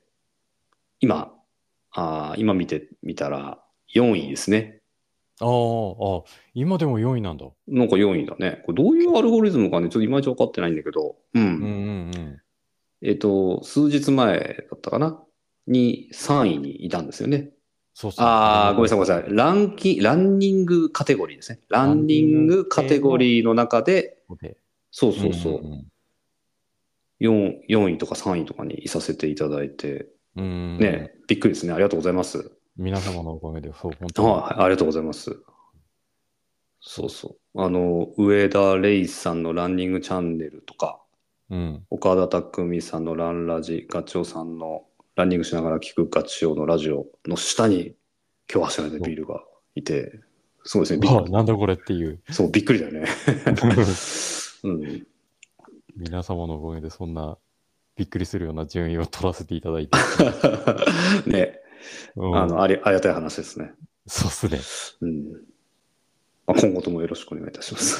今、今見てみたら4位ですね。 ああ、今でも4位なんだ。 なんか4位だね。これどういうアルゴリズムかね、ちょっといまいち分かってないんだけど、うん。 うんうんうん。 数日前だったかなに3位にいたんですよね。 そうそう。俺もごめんなさい、ごめんなさい。ランニングカテゴリーですね。ラランンニニングングカテ系のゴリーの中で、 子で。 そううんうそうそんう、4位とか3位とかにいさせていただいて、 うん。 ね、びっくりですね。ありがとうございます。 皆様のおかげで、そう、本当に。 はい、ありがとうございます。そうそう。上田レイさんのランニングチャンネルとか、 うん。 岡田匠さんのランラジ、ガチョウさんのランニングしながら聞くガチョウのラジオの下に今日走らないビールがいて、そうですね、 なんだこれっていう。 そう、びっくりだよね。うん、 皆様のおかげでそんなびっくりするような順位を取らせていただいて。 ね、 うん。 ありがたい話ですね。 そうっすね。 うんまあ、今後ともよろしくお願いいたします。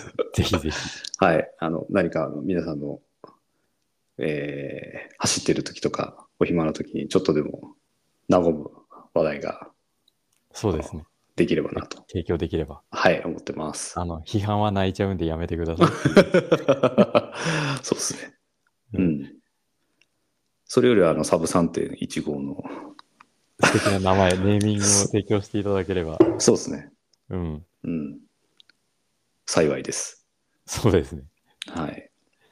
ぜひぜひ。 はい、何か皆さんの、走ってる時とか、お暇な時にちょっとでも和む話題がそうですね。 できればなと、 提供できれば。 はい、思ってます。 批判は泣いちゃうんでやめてください。 そうですね。 うん。 うん。それよりはサブ3.15の、 素敵な名前、ネーミングを提供していただければ。 そうですね。 うん。 うん。幸いです。 そうですね。 はい。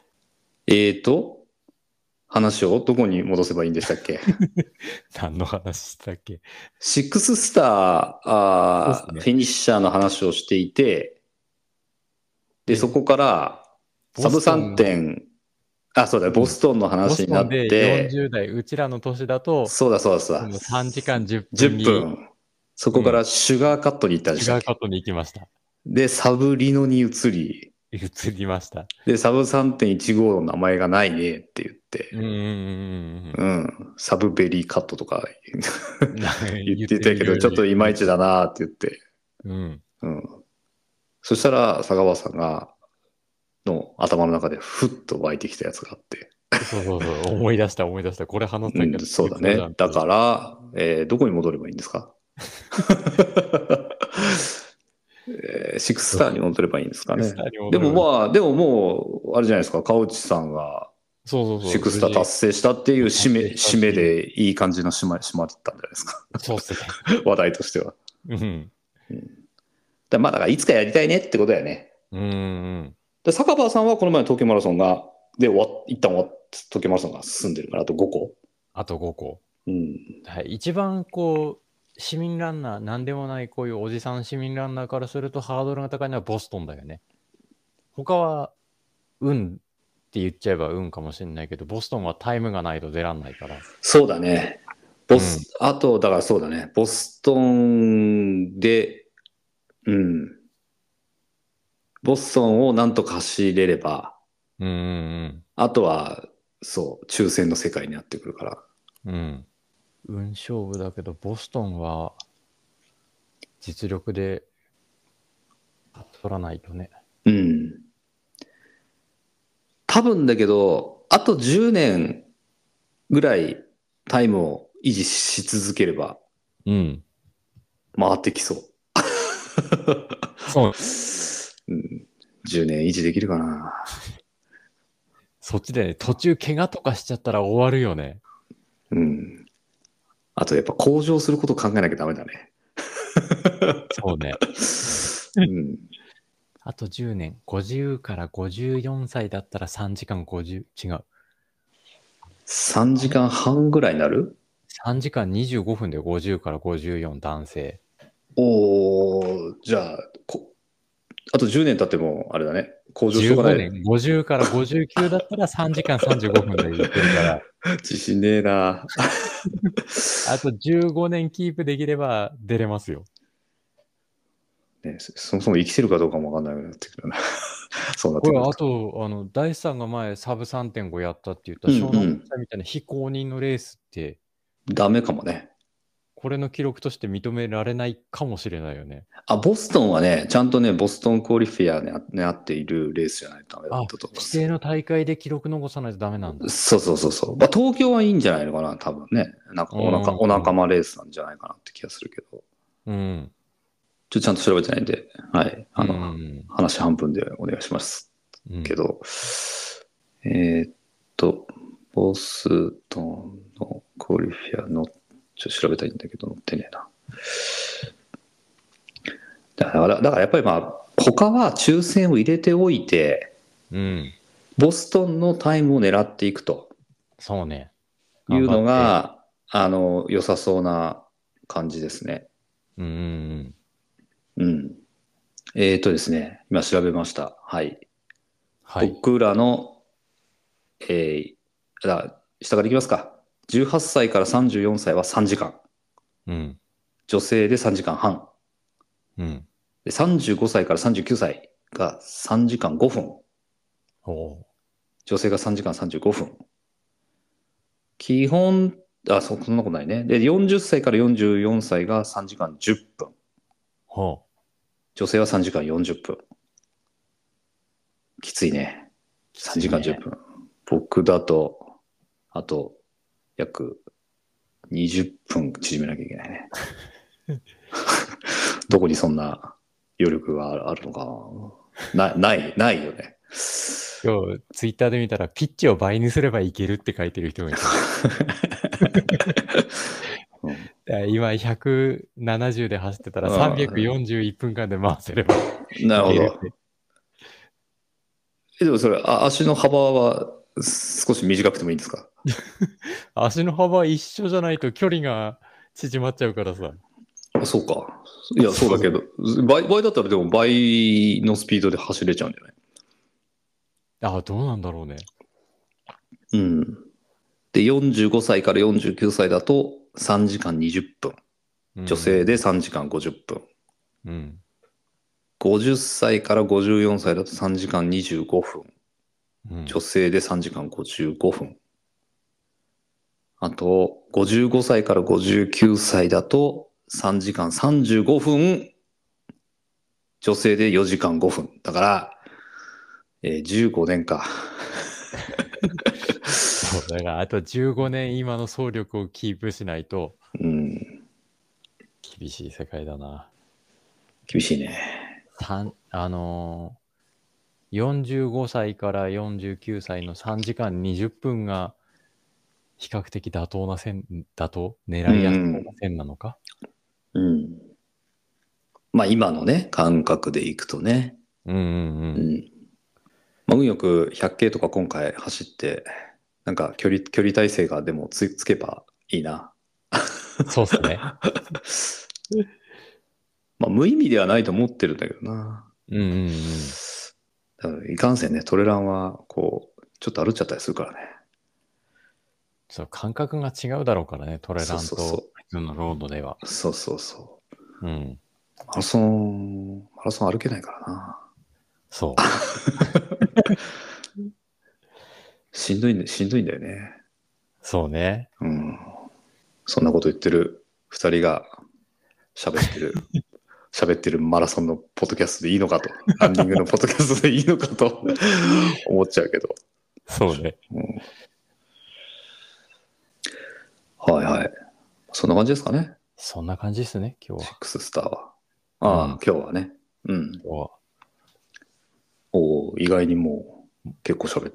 話をどこに戻せばいいんでしたっけ。 何の話したっけ。 シックススター、 そうっすね。 フィニッシャーの話をしていて、で、 でそこから、サブボストン 3 の、 点、そうだ、 うん、 ボストンのボ話になっストンでて、 40代、うちらの年だと、 そうだそうだそうだ、 その3時間10分 10 に、 分、そうん、 こからシュガーカットに行ったんでしたっけ。 シュガーカットに行きました。 で、サブリノに移り、 移りました。 で、サブ3.15の名前がないねって言って、 うんうんうんうん、サブベリーカットとかうん。 言っ言っててたけど、ちょっといまいちだな。 なって言って、 うん。 うん。そしたら、坂場さんの頭の中でふっと湧いてきたやつがあって、 そうそうそう。思い出した思い出した。これ話したうん、 けどそうだ言ってたじゃんね。だから、どこに戻ればいいんですか。シックススターに戻ればいいんですかね。 スターに戻ればいい。 でももう、あれじゃないですか、川内さんがそうそうそう。 シックスター達成したっていう達成したし締めでいい感じの締まったんじゃないですか。 そうっすね。 話題としては。 うん。 まあだからいつかやりたいねってことだよね。 うん。 で、坂場さんはこの前の東京マラソン一旦終わって、東京マラソンが進んでるから、あと5個。 あと5個。 うん。 はい。一番こう、市民ランナー、なんでもないこういうおじさん市民ランナーからするとハードルが高いのはボストンだよね。他は運って言っちゃえば運かもしれないけど、ボストンはタイムがないと出らんないから。 そうだね。 うん。 あと、だからそうだね。ボストンで、うん。ボストンをなんとか走れれば、 うんうんあとは、そう、抽選の世界になってくるから。 うん。うん。運勝負だけど、ボストンは実力で取らないとね。 うん。多分だけど、あと10年ぐらいタイムを維持し続ければうん。 回ってきそう。 そう。 うん、10年維持できるかな。 そっちでね、途中怪我とかしちゃったら終わるよね。 うん。あとやっぱ向上すること考えなきゃダメだね。 そうね。 うん。 あと10年。50から54歳だったら3時間50、違う。 3時間半ぐらいになる？ 3時間25分で50から54男性。 おー、じゃあ、あと10年経っても、あれだね。向上しとか 15 ない。 年、50から59だったら3時間35分でいけるから、 自信ねえな。 あと15年キープできれば出れますよ。 ね、そもそも生きてるかどうかもわかんないようになってくるな。そうなってこれ、 くると。 あと、大地さんが前、サブ3.5やったって言ったうん湘南うん。 国際みたいな非公認のレースって、 ダメかもね。 これの記録として認められないかもしれないよね。 あ、ボストンはね、ちゃんとね、ボストンクオリフィアに合っているレースじゃないとダメだっあ、 たと思いますよ。 指定の大会で記録残さないとダメなんだ。 そうそうそうそう。まあ、東京はいいんじゃないのかな、多分ね。なんかうんお仲間レースなんじゃないかなって気がするけど。 うん。 ちゃんと調べてないんで、はい。 うん。 話半分でお願いします。 うん。 けど、えーっと、ボストンのクオリフィアの、調べたいんだけど、載ってねえな。だからやっぱりまあ、他は抽選を入れておいて、 うん。 ボストンのタイムを狙っていくとそうね。 いうの頑張って。 が、良さそうな感じですね。 うん。 うん。ですね、今調べました。はい。 はい。 僕らの、下からいきますか。18歳から34歳は3時間。 うん。 女性で3時間半。 うん。 で、35歳から39歳が3時間5分。 おう。 女性が3時間35分。基本、そんなことないね。で、40歳から44歳が3時間10分。 ほ女性は3時間40分。きついね。 う。き 3時間10 ついね。 分。僕だと、あと、約20分縮めなきゃいけないね。どこにそんな余力があるのかな。ないよね。 今日、ツイッターで見たら、ピッチを倍にすればいけるって書いてる人がいた。 うん、 今、170で走ってたら、 あ 341分間で回せればなるほど。 いけるって。 でもそれ、足の幅は少し短くてもいいんですか？ 足の幅一緒じゃないと距離が縮まっちゃうからさ。 そうか。いや、そうそうそう。 だけど、倍だったらでも倍のスピードで走れちゃうんじゃない？ あ、どうなんだろうね。 うん。で、45歳から49歳だと3時間20分。 う女性でん。 3時間50分。 うん。 50歳から54歳だと3時間25分。 うん。 女性で3時間55分。あと、55歳から59歳だと3時間35分。女性で4時間5分。だから、15年か。 そう、だからあと15年今の総力をキープしないとうん、 厳しい世界だな。 厳しいね。 45歳から49歳の3時間20分が比較的妥当な線だとう狙いやすそうなん、 線なのか。 うん。まあ今のね、感覚でいくとね。 うんうんうん。まあ運よく100系とか今回走って、なんか距離体制がでもつけばいいな。 そうっすね。 まあ無意味ではないと思ってるんだけどな。 うんうんうん。 だからいかんせんね、トレランはこう、ちょっと歩っちゃったりするからね。 そう、感覚が違うだろうからね、トレそうランとそうそ普通のロードでは。 う。そうそうそう。 うん。 マラソン歩けないからな。 そう。 しんどいんだよね。 そうね。 うん。そんなこと言ってる二人が喋ってる、喋ってるマラソンのポッドキャストでいいのかと、ランニングのポッドキャストでいいのかと思っちゃうけど。 そうね。 うん、はいはい。そんな感じですかね。 そんな感じですね、今日は。 シックススターは。 うん。 ああ、今日はね。うん。 今日は。 おお、意外にもう結構喋ってる。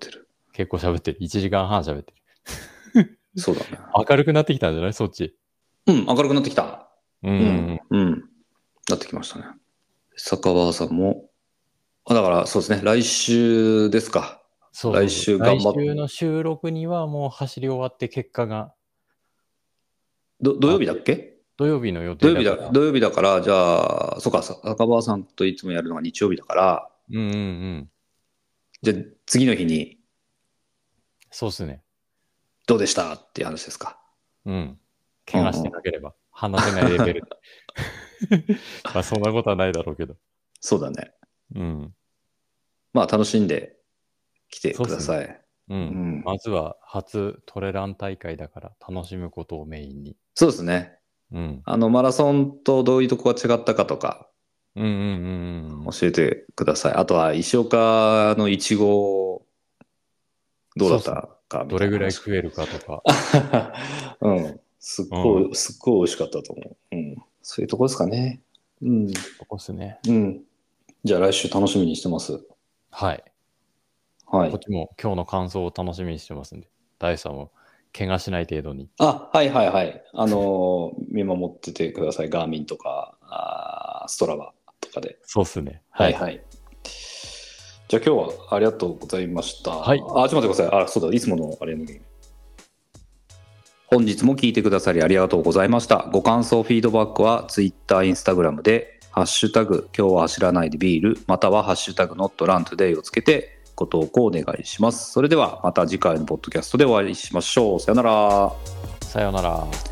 結構喋ってる。1時間半喋ってる。 そうだね。 明るくなってきたんじゃないそっち。 うん、明るくなってきた。 うん。 なってきましたね。坂場さんも、だからそうですね、来週ですか。 そう来週頑張っ来週の収録にはもう走り終わって結果が土曜日だっけ？ 土曜日の予土曜日定だから。 土曜日だから、じゃあ、そうか、坂場さんといつもやるのが日曜日だから、 うん。 じゃあ次の日にそうっすね。 どうでしたっていう話ですか。 うん。怪我してなければ。話せないレベル。まあそんなことはないだろうけど。 そうだね。 うん。 まあ楽しんで来てくだそうさい。 っまずは初トレラン大会だから楽しむことをメインに。 そうですね。マラソンとどういうとこが違ったかとか教えてください。あとは石岡のいちごどうだったかみたいな。 どれぐらい食えるかとか。 すっごい美味しかったと思う。そういうとこですかね。 そこっすね。 じゃあ来週楽しみにしてます。 はい。こっちも今日の感想を楽しみにしてますんで、大さんも怪我しない程度に。 はい。見守っててください。ガーミンとか、ストラバとかで。 そうっすね。 はい。じゃあ今日はありがとうございました。 はい。 ちょっと待ってください。そうだ、いつものあれのゲーム。本日も聞いてくださりありがとうございました。ご感想、フィードバックは Twitter、Instagram で、ハッシュタグ、今日は走らないでビール、またはハッシュタグ、NotRunToday をつけてご投稿お願いします。それではまた次回のポッドキャストでお会いしましょう。さよなら。 さよなら。